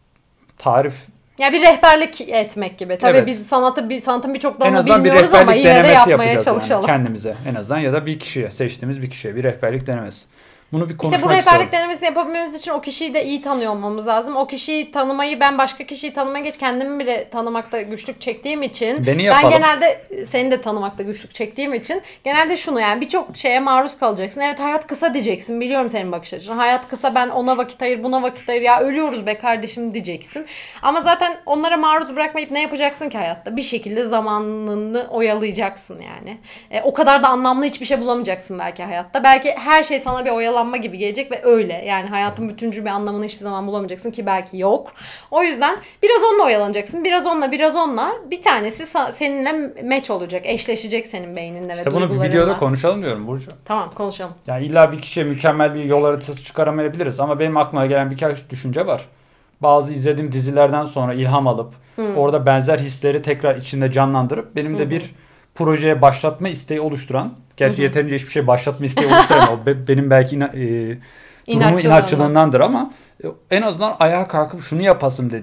Tarif. Ya bir rehberlik etmek gibi. Tabii evet. biz sanatı bir sanatın birçok dalını bilmiyoruz ama yine de yapmaya çalışalım. Yani kendimize en azından ya da bir kişiye, seçtiğimiz bir kişiye bir rehberlik denemesi. Bunu bir konuşmak İşte bu rehberlik istiyorum. denemesini yapabilmemiz için o kişiyi de iyi tanıyor olmamız lazım. O kişiyi tanımayı ben başka kişiyi tanımaya geç kendimi bile tanımakta güçlük çektiğim için Beni yapalım. ben genelde seni de tanımakta güçlük çektiğim için genelde şunu, yani birçok şeye maruz kalacaksın. Evet, hayat kısa diyeceksin. Biliyorum senin bakış açın. Hayat kısa, ben ona vakit ayır, buna vakit ayır. Ya ölüyoruz be kardeşim diyeceksin. Ama zaten onlara maruz bırakmayıp ne yapacaksın ki hayatta? Bir şekilde zamanını oyalayacaksın yani. E, o kadar da anlamlı hiçbir şey bulamayacaksın belki hayatta. Belki her şey sana bir oyalanma gibi gelecek ve öyle. Yani hayatın bütüncül bir anlamını hiçbir zaman bulamayacaksın ki belki yok. O yüzden biraz onunla oyalanacaksın. Biraz onunla, biraz onunla. Bir tanesi seninle meç olacak. Eşleşecek senin beyninle işte ve duygularınla. İşte bunu bir videoda konuşalım diyorum Burcu. Tamam, konuşalım. Yani illa bir kişiye mükemmel bir yol haritası çıkaramayabiliriz ama benim aklıma gelen birkaç düşünce var. Bazı izlediğim dizilerden sonra ilham alıp hmm. orada benzer hisleri tekrar içinde canlandırıp benim de hmm. bir projeye başlatma isteği oluşturan, gerçi hı hı. yeterince hiçbir şey başlatma isteği oluşturan o benim belki ina, e, durumu inatçılığındandır ama en azından ayağa kalkıp şunu yapasım dediğim,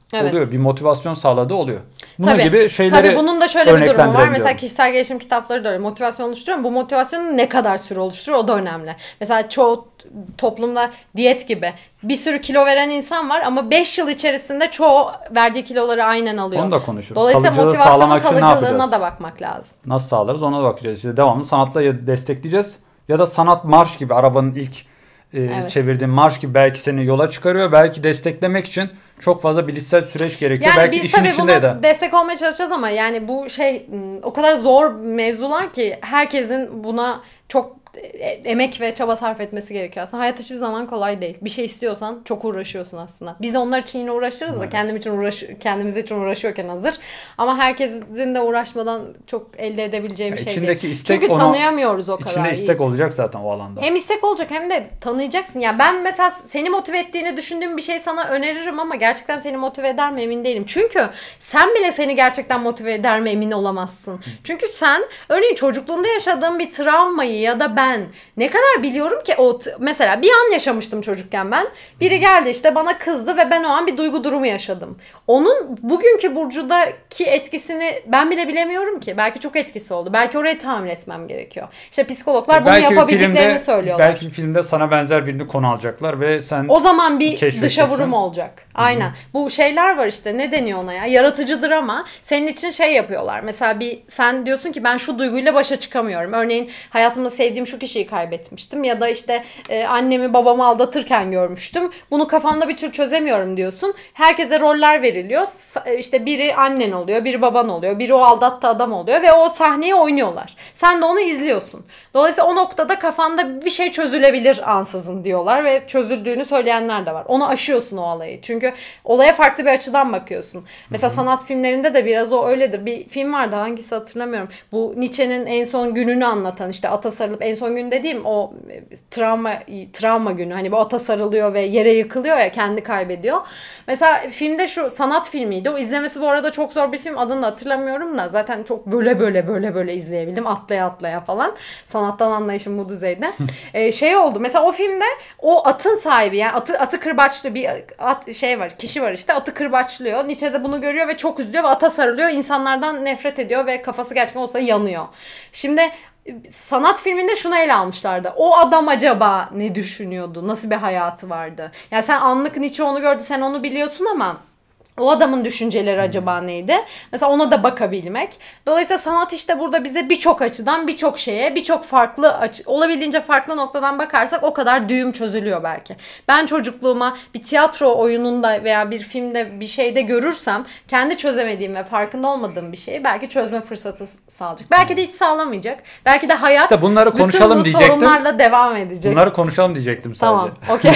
Evet. oluyor. Bir motivasyon sağladığı oluyor. Bunun Tabii, gibi şeyleri tabii bunun da şöyle bir durumu var. Mesela diyorum. kişisel gelişim kitapları da öyle. Motivasyon oluşturuyor. Bu motivasyonu ne kadar süre oluşturur o da önemli. Mesela çoğu toplumda diyet gibi bir sürü kilo veren insan var ama beş yıl içerisinde çoğu verdiği kiloları aynen alıyor. Onu da konuşuruz. Dolayısıyla Kalıcılığı motivasyonun sağlamak için ne kalıcılığına yapacağız? da bakmak lazım. Nasıl sağlarız ona da bakacağız. İşte devamlı sanatla ya destekleyeceğiz ya da sanat marş gibi arabanın ilk e, Evet. çevirdiğin marş gibi belki seni yola çıkarıyor. Belki desteklemek için çok fazla bilişsel süreç gerekiyor. Yani belki biz işin tabii içinde buna de. destek olmaya çalışacağız ama yani bu şey o kadar zor mevzular ki herkesin buna çok emek ve çaba sarf etmesi gerekiyor aslında. Hayat hiçbir zaman kolay değil. Bir şey istiyorsan çok uğraşıyorsun aslında. Biz de onlar için yine uğraşırız da Evet. kendim için uğraş kendimiz için uğraşıyorken hazır. Ama herkesin de uğraşmadan çok elde edebileceği bir Ya şey içindeki değil. istek Çünkü onu- tanıyamıyoruz o kadar. İçinde istek Yiğit. olacak zaten o alanda. Hem istek olacak hem de tanıyacaksın. Ya ben mesela seni motive ettiğini düşündüğüm bir şey sana öneririm ama gerçekten seni motive eder mi emin değilim. Çünkü sen bile seni gerçekten motive eder mi emin olamazsın. Çünkü sen örneğin çocukluğunda yaşadığın bir travmayı ya da ben ne kadar biliyorum ki o t- mesela bir an yaşamıştım çocukken ben. Biri geldi işte bana kızdı ve ben o an bir duygu durumu yaşadım. Onun bugünkü Burcu'daki etkisini ben bile bilemiyorum ki. Belki çok etkisi oldu. Belki orayı tamir etmem gerekiyor. İşte psikologlar bunu Belki bir yapabildiklerini filmde, söylüyorlar. belki bir filmde sana benzer birini konu alacaklar ve sen O zaman bir keşfedeceksin. dışa vurum olacak. Aynen. Hı-hı. Bu şeyler var işte ne deniyor ona ya? Yaratıcı drama. Senin için şey yapıyorlar. Mesela bir sen diyorsun ki ben şu duyguyla başa çıkamıyorum. Örneğin hayatımda sevdiğim şu kişiyi kaybetmiştim ya da işte e, annemi babamı aldatırken görmüştüm. Bunu kafamda bir tür çözemiyorum diyorsun. Herkese roller veriliyor. S- işte biri annen oluyor, biri baban oluyor, biri o aldattığı adam oluyor ve o sahneyi oynuyorlar. Sen de onu izliyorsun. Dolayısıyla o noktada kafanda bir şey çözülebilir ansızın diyorlar ve çözüldüğünü söyleyenler de var. Onu aşıyorsun o olayı. Çünkü olaya farklı bir açıdan bakıyorsun. Mesela Hı-hı. sanat filmlerinde de biraz o öyledir. Bir film vardı hangisi hatırlamıyorum. Bu Nietzsche'nin en son gününü anlatan işte ata sarılıp en son gün dediğim o travma travma günü. Hani bu ata sarılıyor ve yere yıkılıyor ya kendi kaybediyor. Mesela filmde şu sanat filmiydi. O izlemesi bu arada çok zor bir film. Adını da hatırlamıyorum da zaten çok böyle böyle böyle böyle izleyebildim. Atlaya atlaya falan. Sanattan anlayışım bu düzeyde. ee, şey oldu. Mesela o filmde o atın sahibi yani atı, atı kırbaçlı bir at şey var. Kişi var işte atı kırbaçlıyor. Nietzsche de bunu görüyor ve çok üzülüyor ve ata sarılıyor. İnsanlardan nefret ediyor ve kafası gerçekten olsa yanıyor. Şimdi sanat filminde şunu ele almışlardı. O adam acaba ne düşünüyordu? Nasıl bir hayatı vardı? Yani sen anlık Nietzsche onu gördü, sen onu biliyorsun ama o adamın düşünceleri acaba neydi? Mesela ona da bakabilmek. Dolayısıyla sanat işte burada bize birçok açıdan, birçok şeye, birçok farklı açı, olabildiğince farklı noktadan bakarsak o kadar düğüm çözülüyor belki. Ben çocukluğuma bir tiyatro oyununda veya bir filmde bir şeyde görürsem kendi çözemediğim ve farkında olmadığım bir şeyi belki çözme fırsatı sağlayacak. Belki de hiç sağlamayacak. Belki de hayat işte bunları konuşalım bütün bu diyecektim. sorunlarla devam edecek. Bunları konuşalım diyecektim sadece. Tamam. Okey.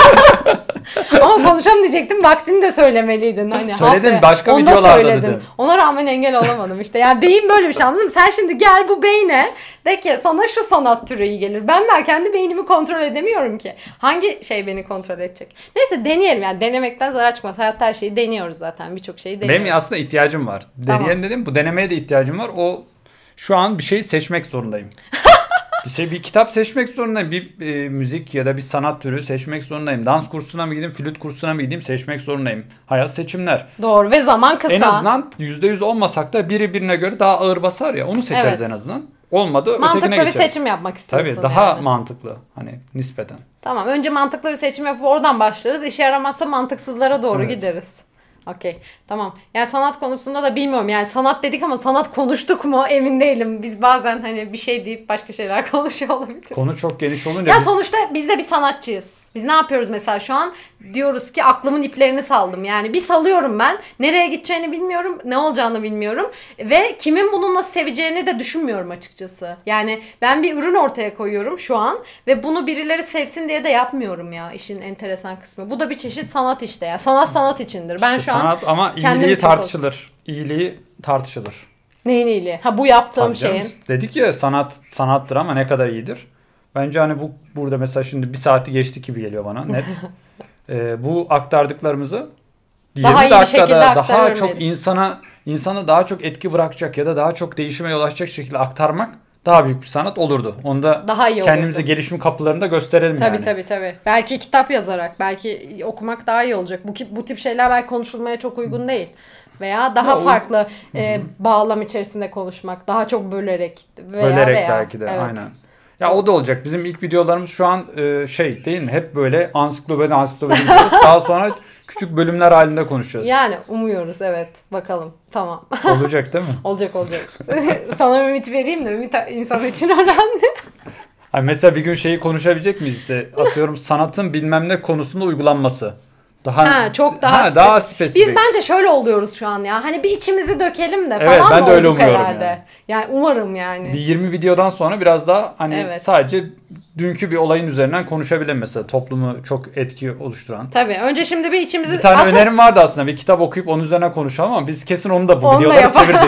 Ama konuşalım diyecektim. Vaktini de söylemeliydin. Hani söyledim haftaya. başka Onu da videolarda söyledin. dedim. Ona rağmen engel olamadım işte. Yani beyin böyle bir şey anladın mı? Sen şimdi gel bu beyne de ki sana şu sanat türü iyi gelir. Ben daha kendi beynimi kontrol edemiyorum ki. Hangi şey beni kontrol edecek? Neyse deneyelim yani. Denemekten zarar çıkmaz. Hayatta her şeyi deniyoruz zaten. Birçok şeyi deniyoruz. Benim aslında ihtiyacım var. Deneyen tamam. dedim. Bu denemeye de ihtiyacım var. O şu an bir şeyi seçmek zorundayım. Bir, şey, bir kitap seçmek zorundayım. Bir e, müzik ya da bir sanat türü seçmek zorundayım. Dans kursuna mı gideyim, flüt kursuna mı gideyim seçmek zorundayım. Hayat seçimler. Doğru ve zaman kısa. En azından yüzde yüz olmasak da biri birine göre daha ağır basar ya. Onu seçeriz evet. en azından. Olmadı mantıklı ötekine geçeriz. Mantıklı bir seçim yapmak istiyorsun. Tabii daha yani. mantıklı hani nispeten. Tamam önce mantıklı bir seçim yapıp oradan başlarız. İşe yaramazsa mantıksızlara doğru evet. gideriz. Okey. Tamam. Yani sanat konusunda da bilmiyorum. Yani sanat dedik ama sanat konuştuk mu emin değilim. Biz bazen hani bir şey deyip başka şeyler konuşuyor olabiliriz. Konu çok geniş olunca ya biz... sonuçta biz de bir sanatçıyız. Biz ne yapıyoruz mesela şu an? Diyoruz ki aklımın iplerini saldım. Yani bir salıyorum ben. Nereye gideceğini bilmiyorum. Ne olacağını bilmiyorum. Ve kimin bunu nasıl seveceğini de düşünmüyorum açıkçası. Yani ben bir ürün ortaya koyuyorum şu an. Ve bunu birileri sevsin diye de yapmıyorum ya. İşin enteresan kısmı. Bu da bir çeşit sanat işte ya. Sanat sanat içindir. Ben işte şu sanat an ama iyiliği tartışılır. Olsun. İyiliği tartışılır. Neyin iyiliği? Ha bu yaptığım Tabii şeyin. Canım, dedik ya sanat sanattır ama ne kadar iyidir? Bence hani bu burada mesela şimdi bir saati geçti gibi geliyor bana net. ee, bu aktardıklarımızı daha iyi bir şekilde daha çok insana insana daha çok etki bırakacak ya da daha çok değişime yol açacak şekilde aktarmak daha büyük bir sanat olurdu. Onda daha iyi kendimize olurdu. gelişim kapılarını da gösterelim tabii, yani. Tabii tabii. Belki kitap yazarak, belki okumak daha iyi olacak. Bu bu tip şeyler belki konuşulmaya çok uygun değil. Veya daha Ya, farklı e, bağlam içerisinde konuşmak, daha çok bölerek veya bölerek veya. belki de Evet. aynen. Ya o da olacak. Bizim ilk videolarımız şu an e, şey değil mi? Hep böyle ansiklopedi ansiklopedi diyoruz. Daha sonra küçük bölümler halinde konuşacağız. Yani umuyoruz, evet. Bakalım. Tamam. Olacak değil mi? Olacak olacak. Sana ümit vereyim de ümit insan için önemli. Hani mesela bir gün şeyi konuşabilecek miyiz işte? Atıyorum sanatın bilmem ne konusunda uygulanması. Daha Ha, çok daha, ha, daha spesifik. Biz bence şöyle oluyoruz şu an ya. Hani bir içimizi dökelim de Evet, falan ben mı de öyle olduk umuyorum herhalde. yani. Yani umarım yani. Bir yirmi videodan sonra biraz daha hani Evet. sadece dünkü bir olayın üzerinden konuşabilirim mesela. Toplumu çok etki oluşturan. Tabii. Önce şimdi bir içimizi... Bir tane Aslında... önerim vardı aslında. Bir kitap okuyup onun üzerine konuşalım ama biz kesin onu da bu Onu da videolara yapalım. çevirdik.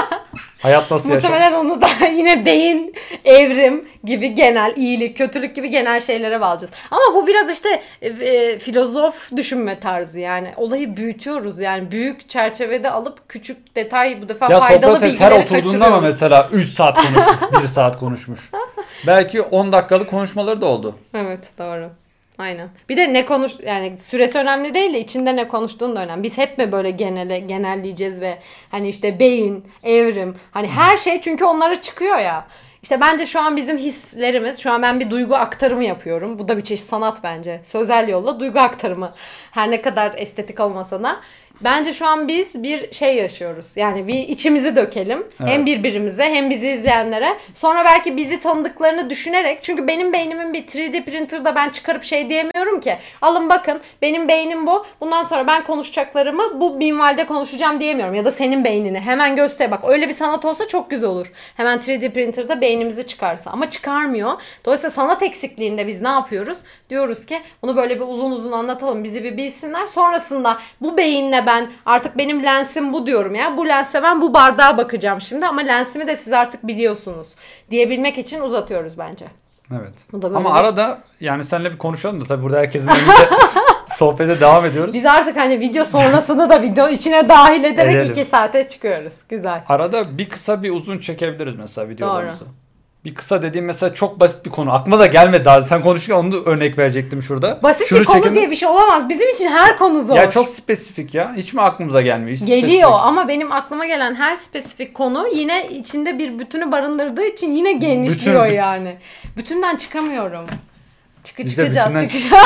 Hayat nasıl yaşanır? Muhtemelen onu da yine beyin, evrim gibi genel, iyilik, kötülük gibi genel şeylere bağlayacağız. Ama bu biraz işte e, e, filozof düşünme tarzı yani. Olayı büyütüyoruz yani. Büyük çerçevede alıp küçük detay bu defa Ya faydalı Sokrates bilgileri her oturduğunda kaçırıyoruz. mı mesela üç saat konuşmuş, bir saat konuşmuş. Belki on dakikalık konuşmaları da oldu. Evet, doğru. Aynen. Bir de ne konuş yani süresi önemli değil de içinde ne konuştuğun da önemli. Biz hep mi böyle genele genelleyeceğiz ve hani işte beyin, evrim, hani her şey çünkü onlara çıkıyor ya. İşte bence şu an bizim hislerimiz, şu an ben bir duygu aktarımı yapıyorum. Bu da bir çeşit sanat bence. Sözel yolla duygu aktarımı. Her ne kadar estetik olmasa da. Bence şu an biz bir şey yaşıyoruz. Yani bir içimizi dökelim. Evet. Hem birbirimize hem bizi izleyenlere. Sonra belki bizi tanıdıklarını düşünerek. Çünkü benim beynimin bir üç D printer'da ben çıkarıp şey diyemiyorum ki. Alın bakın benim beynim bu. Bundan sonra ben konuşacaklarımı bu minvalde konuşacağım diyemiyorum. Ya da senin beynini. Hemen göster bak. Öyle bir sanat olsa çok güzel olur. Hemen üç D printer'da beynimizi çıkarsa. Ama çıkarmıyor. Dolayısıyla sanat eksikliğinde biz ne yapıyoruz? Diyoruz ki bunu böyle bir uzun uzun anlatalım. Bizi bir bilsinler. Sonrasında bu beyinle ben artık benim lensim bu diyorum ya. Bu lensle ben bu bardağa bakacağım şimdi ama lensimi de siz artık biliyorsunuz diyebilmek için uzatıyoruz bence. Evet. Bu da böyle ama bir... arada yani seninle bir konuşalım da tabii burada herkesin önünde sohbete devam ediyoruz. Biz artık hani video sonrasını da video içine dahil ederek Edelim. iki saate çıkıyoruz. Güzel. Arada bir kısa bir uzun çekebiliriz mesela videolarımızı. Doğru. Bir kısa dediğim mesela çok basit bir konu. Aklıma da gelmedi daha. Sen konuşurken onu da örnek verecektim şurada. Basit Şunu bir konu çekelim. diye bir şey olamaz. Bizim için her konu zor. Ya çok spesifik ya. Hiç mi aklımıza gelmiyor? Hiç Geliyor spesifik. ama benim aklıma gelen her spesifik konu yine içinde bir bütünü barındırdığı için yine genişliyor Bütün- yani. Bütünden çıkamıyorum. Çıkı Biz de çıkacağız, bütünden- çıkacağız.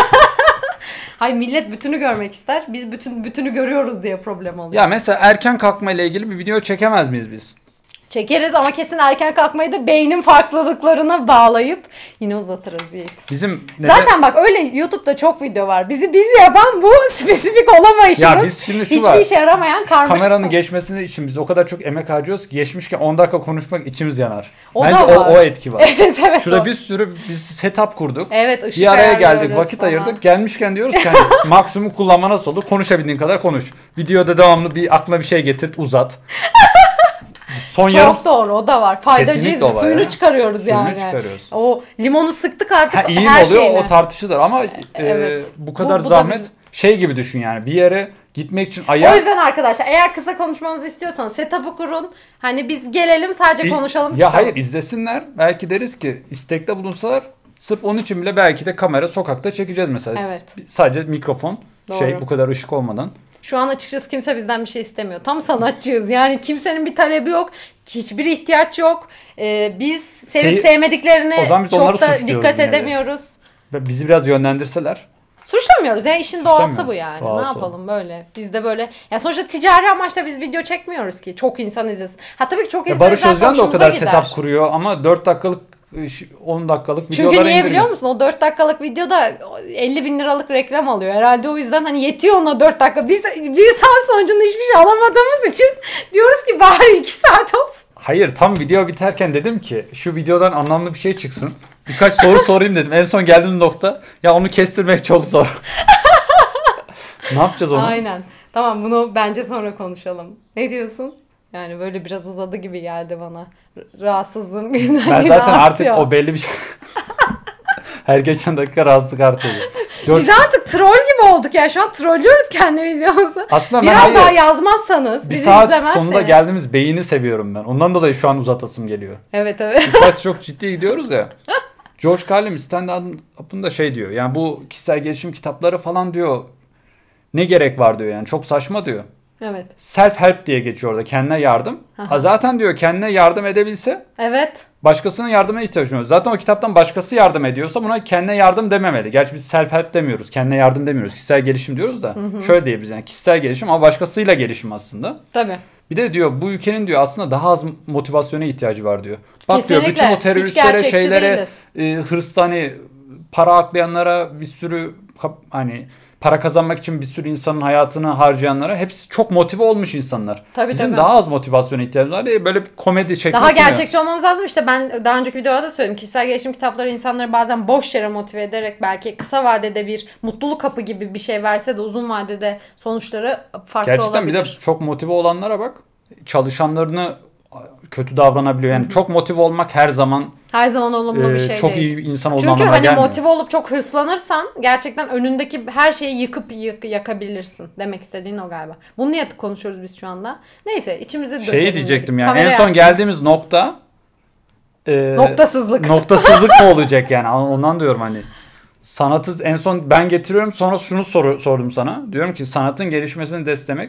Hayır millet bütünü görmek ister. Biz bütün bütünü görüyoruz diye problem oluyor. Ya mesela erken kalkma ile ilgili bir video çekemez miyiz biz? Çekeriz ama kesin erken kalkmayı da beynin farklılıklarına bağlayıp yine uzatırız Yiğit. Bizim neden... Zaten bak öyle YouTube'da çok video var. Bizi biz yapan bu spesifik olamayışımız. Ya biz şimdi şu Hiçbir var. işe yaramayan karmaşık. Kameranın geçmesini için biz o kadar çok emek harcıyoruz ki geçmişken on dakika konuşmak içimiz yanar. O Bence da o, var. o etki var. Evet evet. Şurada o. bir sürü biz setup kurduk. Evet ışık Bir araya geldik, ayarlıyoruz vakit falan. ayırdık. Gelmişken diyoruz ki hani maksimum kullanma nasıl olur? Konuşabildiğin kadar konuş. Videoda devamlı bir aklına bir şey getirt, uzat. Son Çok yarım doğru o da var. Faydacıyız. Kesinlikle o var Suyunu ya. çıkarıyoruz Suyunu yani. çıkarıyoruz. O limonu sıktık artık ha, iyi mi her oluyor şeyine. o tartışılır ama e, Evet. bu kadar Bu- bu da zahmet bizim- şey gibi düşün yani bir yere gitmek için ayağa O yüzden arkadaşlar eğer kısa konuşmamızı istiyorsanız setup'ı kurun. Hani biz gelelim sadece konuşalım Ya çıkalım. hayır izlesinler. Belki deriz ki istekte bulunsalar sırf onun için bile belki de kamera sokakta çekeceğiz mesela. Evet. Sadece mikrofon Doğru. şey bu kadar ışık olmadan. Şu an açıkçası kimse bizden bir şey istemiyor. Tam sanatçıyız. Yani kimsenin bir talebi yok. Hiçbir ihtiyaç yok. Ee, biz sevip Şey- sevmediklerini O zaman biz onları çok da suçluyoruz dikkat yine de. edemiyoruz. Ve bizi biraz yönlendirseler. Suçlamıyoruz ya işin doğası Suçlamıyor. bu yani. Doğası ne yapalım böyle. Biz de böyle. Ya sonuçta ticari amaçla biz video çekmiyoruz ki. Çok insan izlesin. Ha tabii ki çok Ya insan Barış izlerse Özcan da o hoşumuza kadar gider. setup kuruyor ama dört dakikalık on dakikalık videolar Çünkü niye indiriyor. biliyor musun? O dört dakikalık videoda elli bin liralık reklam alıyor. Herhalde o yüzden hani yetiyor ona dört dakika. Biz bir saat sonucunda hiçbir şey alamadığımız için diyoruz ki bari iki saat olsun. Hayır tam video biterken dedim ki şu videodan anlamlı bir şey çıksın. Birkaç soru sorayım dedim. En son geldiğim nokta ya onu kestirmek çok zor. Ne yapacağız onu? Aynen. Tamam bunu bence sonra konuşalım. Ne diyorsun? Yani böyle biraz uzadı gibi geldi bana. R- rahatsızlığım günden Ben güne zaten artık artıyor. o belli bir şey. Her geçen dakika rahatsızlık artıyor. George... Biz artık troll gibi olduk ya. Şu an trollüyoruz kendi videomuzu. Aslında Biraz ben daha hayır, yazmazsanız, bir bizi saat izlemezseniz. sonunda geldiğimiz beyni seviyorum ben. Ondan dolayı şu an uzatasım geliyor. Evet evet. İlk başta çok ciddi gidiyoruz ya. George Carlin stand-up'ında şey diyor. Yani bu kişisel gelişim kitapları falan diyor. Ne gerek var diyor yani. Çok saçma diyor. Evet. Self-help diye geçiyor orada. Kendine yardım. Ha, zaten diyor kendine yardım edebilse Evet. başkasının yardımına ihtiyacı yok. Zaten o kitaptan başkası yardım ediyorsa buna kendine yardım dememeli. Gerçi biz self-help demiyoruz. Kendine yardım demiyoruz. Kişisel gelişim diyoruz da. Hı hı. Şöyle diyebiliriz yani kişisel gelişim ama başkasıyla gelişim aslında. Tabii. Bir de diyor bu ülkenin diyor aslında daha az motivasyona ihtiyacı var diyor. Bak Kesinlikle. diyor bütün o teröristlere şeylere e, hırslı hani para aklayanlara bir sürü hani para kazanmak için bir sürü insanın hayatını harcayanlara hepsi çok motive olmuş insanlar. Tabii, Bizim tabii. daha az motivasyona ihtiyacımız var diye böyle bir komedi çekmek. Daha gerçekçi olmamız lazım. İşte ben daha önceki videoda da söyledim. Kişisel gelişim kitapları insanları bazen boş yere motive ederek belki kısa vadede bir mutluluk kapı gibi bir şey verse de uzun vadede sonuçları farklı Gerçekten olabilir. Gerçekten bir de çok motive olanlara bak. Çalışanlarını kötü davranabiliyor. Yani Hı-hı. çok motive olmak her zaman her zaman olumlu e, bir şey çok değil. Çok iyi insan olma Çünkü anlamına hani gelmiyor. motive olup çok hırslanırsan gerçekten önündeki her şeyi yıkıp yık, yakabilirsin. Demek istediğin o galiba. Bunu niye konuşuyoruz biz şu anda? Neyse içimizi dökelim. Şeyi diyecektim yani Kamerayı en son açtım. geldiğimiz nokta e, noktasızlık. Noktasızlık mı olacak yani ondan diyorum hani. Sanatı en son ben getiriyorum sonra şunu soru, sordum sana. Diyorum ki sanatın gelişmesini desteklemek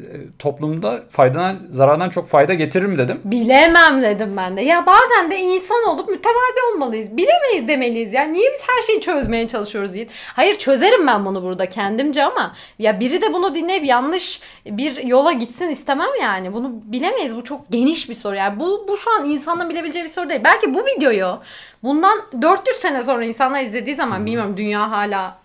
toplumda faydadan zarardan çok fayda getirir mi dedim. Bilemem dedim ben de. Ya bazen de insan olup mütevazi olmalıyız. Bilemeyiz demeliyiz ya. Niye biz her şeyi çözmeye çalışıyoruz Yiğit? Hayır çözerim ben bunu burada kendimce ama ya biri de bunu dinleyip yanlış bir yola gitsin istemem yani. Bunu bilemeyiz. Bu çok geniş bir soru. Yani bu, bu şu an insanın bilebileceği bir soru değil. Belki bu videoyu bundan dört yüz sene sonra insanlar izlediği zaman bilmiyorum dünya hala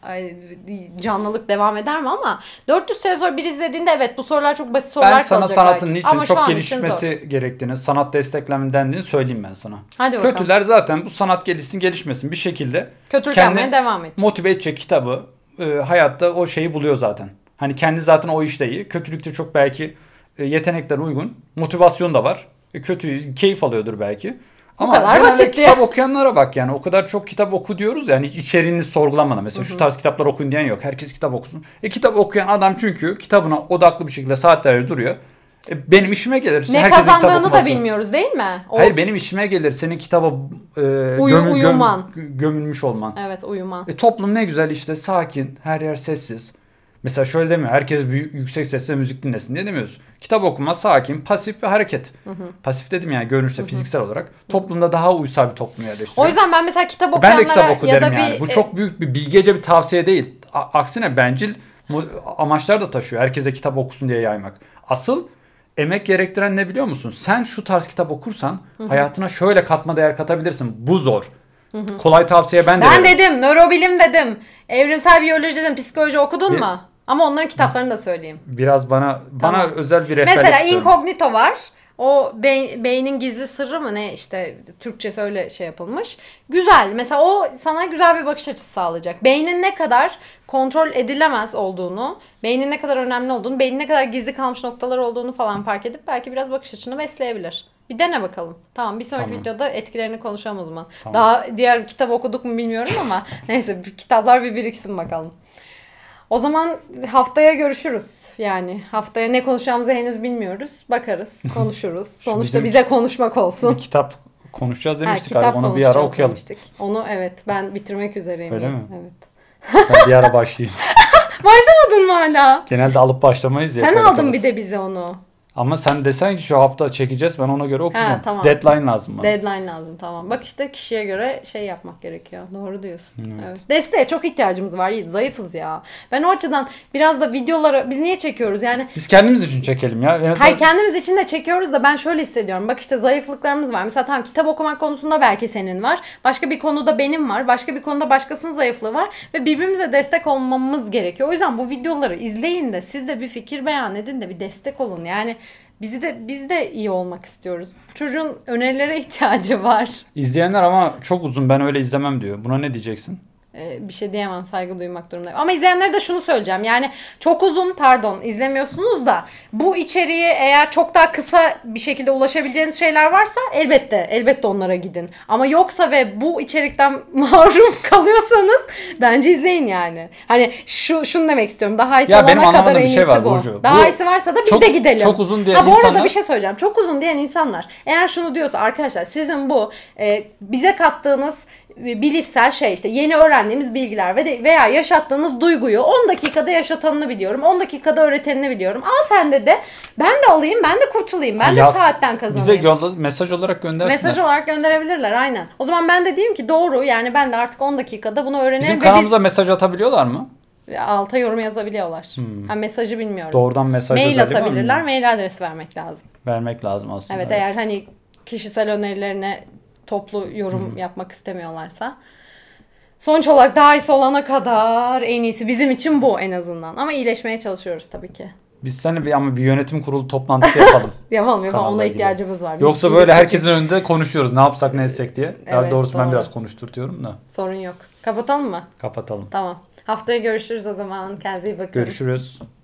canlılık devam eder mi ama dört yüz sene sonra bir izlediğinde evet bu sorular çok basit sorular kalacak. Ben sana sanatın belki. niçin ama çok gelişmesi gerektiğini, sanat desteklenme dendiğini söyleyeyim ben sana. Hadi bakalım. Kötüler zaten bu sanat gelişsin gelişmesin bir şekilde kötülük yapmaya devam edecek. Motive edecek kitabı e, hayatta o şeyi buluyor zaten. Hani kendi zaten o işte iyi. Kötülükte çok belki e, yetenekler uygun. Motivasyon da var. E, kötü keyif alıyordur belki. Bu Ama kadar genelde basit kitap ya. okuyanlara bak yani o kadar çok kitap oku diyoruz yani hiç içeriğini sorgulamadan. Mesela Hı-hı. şu tarz kitaplar okuyun diyen yok. Herkes kitap okusun. E kitap okuyan adam çünkü kitabına odaklı bir şekilde saatlerce duruyor. E, benim işime gelir. Ne Herkesin kazandığını da bilmiyoruz değil mi? O... Hayır benim işime gelir senin kitaba e, Uyu, gömül, uyuman. Göm, gömülmüş olman. Evet uyuman. E, toplum ne güzel işte sakin her yer sessiz. Mesela şöyle demiyor. Herkes büyük, yüksek sesle müzik dinlesin diye demiyoruz. Kitap okuma sakin, pasif ve hareket. Hı hı. Pasif dedim yani görünüşte hı hı. fiziksel olarak. Toplumda daha uysal bir toplum yerleştiriyor. O yüzden ben mesela kitap okuyanlara ben de kitap oku ya derim da yani. bir... Bu çok büyük bir bilgece bir tavsiye değil. A- aksine bencil amaçlar da taşıyor. Herkese kitap okusun diye yaymak. Asıl emek gerektiren ne biliyor musun? Sen şu tarz kitap okursan hı hı. hayatına şöyle katma değer katabilirsin. Bu zor. Hı hı. Kolay tavsiye ben de Ben veririm. dedim, nörobilim dedim. Evrimsel biyoloji dedim, psikoloji okudun bir... mu? Ama onların kitaplarını da söyleyeyim. Biraz bana bana tamam. özel bir rehberlik Mesela istiyorum. Incognito var. O beyin, beynin gizli sırrı mı ne işte Türkçesi öyle şey yapılmış. Güzel. Mesela o sana güzel bir bakış açısı sağlayacak. Beynin ne kadar kontrol edilemez olduğunu, beynin ne kadar önemli olduğunu, beynin ne kadar gizli kalmış noktalar olduğunu falan fark edip belki biraz bakış açını besleyebilir. Bir dene bakalım. Tamam bir sonraki tamam. videoda etkilerini konuşalım o zaman. Tamam. Daha diğer kitap okuduk mu bilmiyorum ama neyse kitaplar bir biriksin bakalım. O zaman haftaya görüşürüz. Yani haftaya ne konuşacağımızı henüz bilmiyoruz. Bakarız, konuşuruz. Sonuçta bize konuşmak olsun. Bir kitap konuşacağız demiştik. Ha, abi. Onu bir ara okuyalım. Demiştik. Onu evet ben bitirmek üzereyim. Öyle yani. mi? Evet. Ben bir ara başlayayım. Başlamadın mı hala? Genelde alıp başlamayız ya. Sen aldın kalır. Bir de bize onu. Ama sen desen ki şu hafta çekeceğiz ben ona göre okuyacağım. Ha, tamam. Deadline lazım bana. Deadline lazım tamam. Bak işte kişiye göre şey yapmak gerekiyor. Doğru diyorsun. Evet. Evet. Desteğe çok ihtiyacımız var. Zayıfız ya. Ben o açıdan biraz da videoları biz niye çekiyoruz yani? Biz kendimiz için çekelim ya. En Hayır kendimiz için de çekiyoruz da ben şöyle hissediyorum. Bak işte zayıflıklarımız var. Mesela tamam kitap okumak konusunda belki senin var. Başka bir konuda benim var. Başka bir konuda başkasının zayıflığı var. Ve birbirimize destek olmamız gerekiyor. O yüzden bu videoları izleyin de siz de bir fikir beyan edin de bir destek olun. Yani Bizi de biz de iyi olmak istiyoruz. Bu çocuğun önerilere ihtiyacı var. İzleyenler ama çok uzun ben öyle izlemem diyor. Buna ne diyeceksin? Ee, bir şey diyemem, saygı duymak durumundayım. Ama izleyenlere de şunu söyleyeceğim. Yani çok uzun, pardon izlemiyorsunuz da bu içeriği eğer çok daha kısa bir şekilde ulaşabileceğiniz şeyler varsa elbette elbette onlara gidin. Ama yoksa ve bu içerikten mahrum kalıyorsanız bence izleyin yani. Hani şu şunu demek istiyorum. Daha iyisi Ya benim olana kadar anlamadığım en bir şey iyisi var bu. Burcu. Daha Bu iyisi varsa da biz çok- de gidelim. çok uzun diyen ha, bu arada insanlar- bir şey söyleyeceğim. Çok uzun diyen insanlar eğer şunu diyorsa arkadaşlar sizin bu e, bize kattığınız bilişsel şey işte yeni öğrendiğimiz bilgiler ve de, veya yaşattığınız duyguyu on dakikada yaşatanını biliyorum. on dakikada öğretenini biliyorum. Al sen de de ben de alayım, ben de kurtulayım. Ben Yaz- de saatten kazanayım. Bize yolla, mesaj olarak göndersinler. Mesaj olarak gönderebilirler aynen. O zaman ben de diyeyim ki doğru yani ben de artık on dakikada bunu öğrenirim. Bizim ve kanalımıza mesaj atabiliyorlar mı? biz alta yorum yazabiliyorlar. Hmm. Ha, mesajı bilmiyorum. Doğrudan mesaj Mail özelliği var mı? atabilirler. Mail adresi vermek lazım. Vermek lazım aslında. Evet, eğer hani kişisel önerilerine toplu yorum hmm. yapmak istemiyorlarsa. Sonuç olarak daha iyisi olana kadar en iyisi bizim için bu en azından. Ama iyileşmeye çalışıyoruz tabii ki. Biz seninle bir ama bir yönetim kurulu toplantısı yapalım. yapalım yapalım. Kanalla Ona ilgili. ihtiyacımız var. Yoksa Bir- böyle bir- herkesin önünde konuşuyoruz. Ne yapsak ne etsek diye. Daha Evet, doğrusu ben doğru. biraz konuşturtuyorum da. Sorun yok. Kapatalım mı? Kapatalım. Tamam. Haftaya görüşürüz o zaman. Kendinize iyi bakın. Görüşürüz.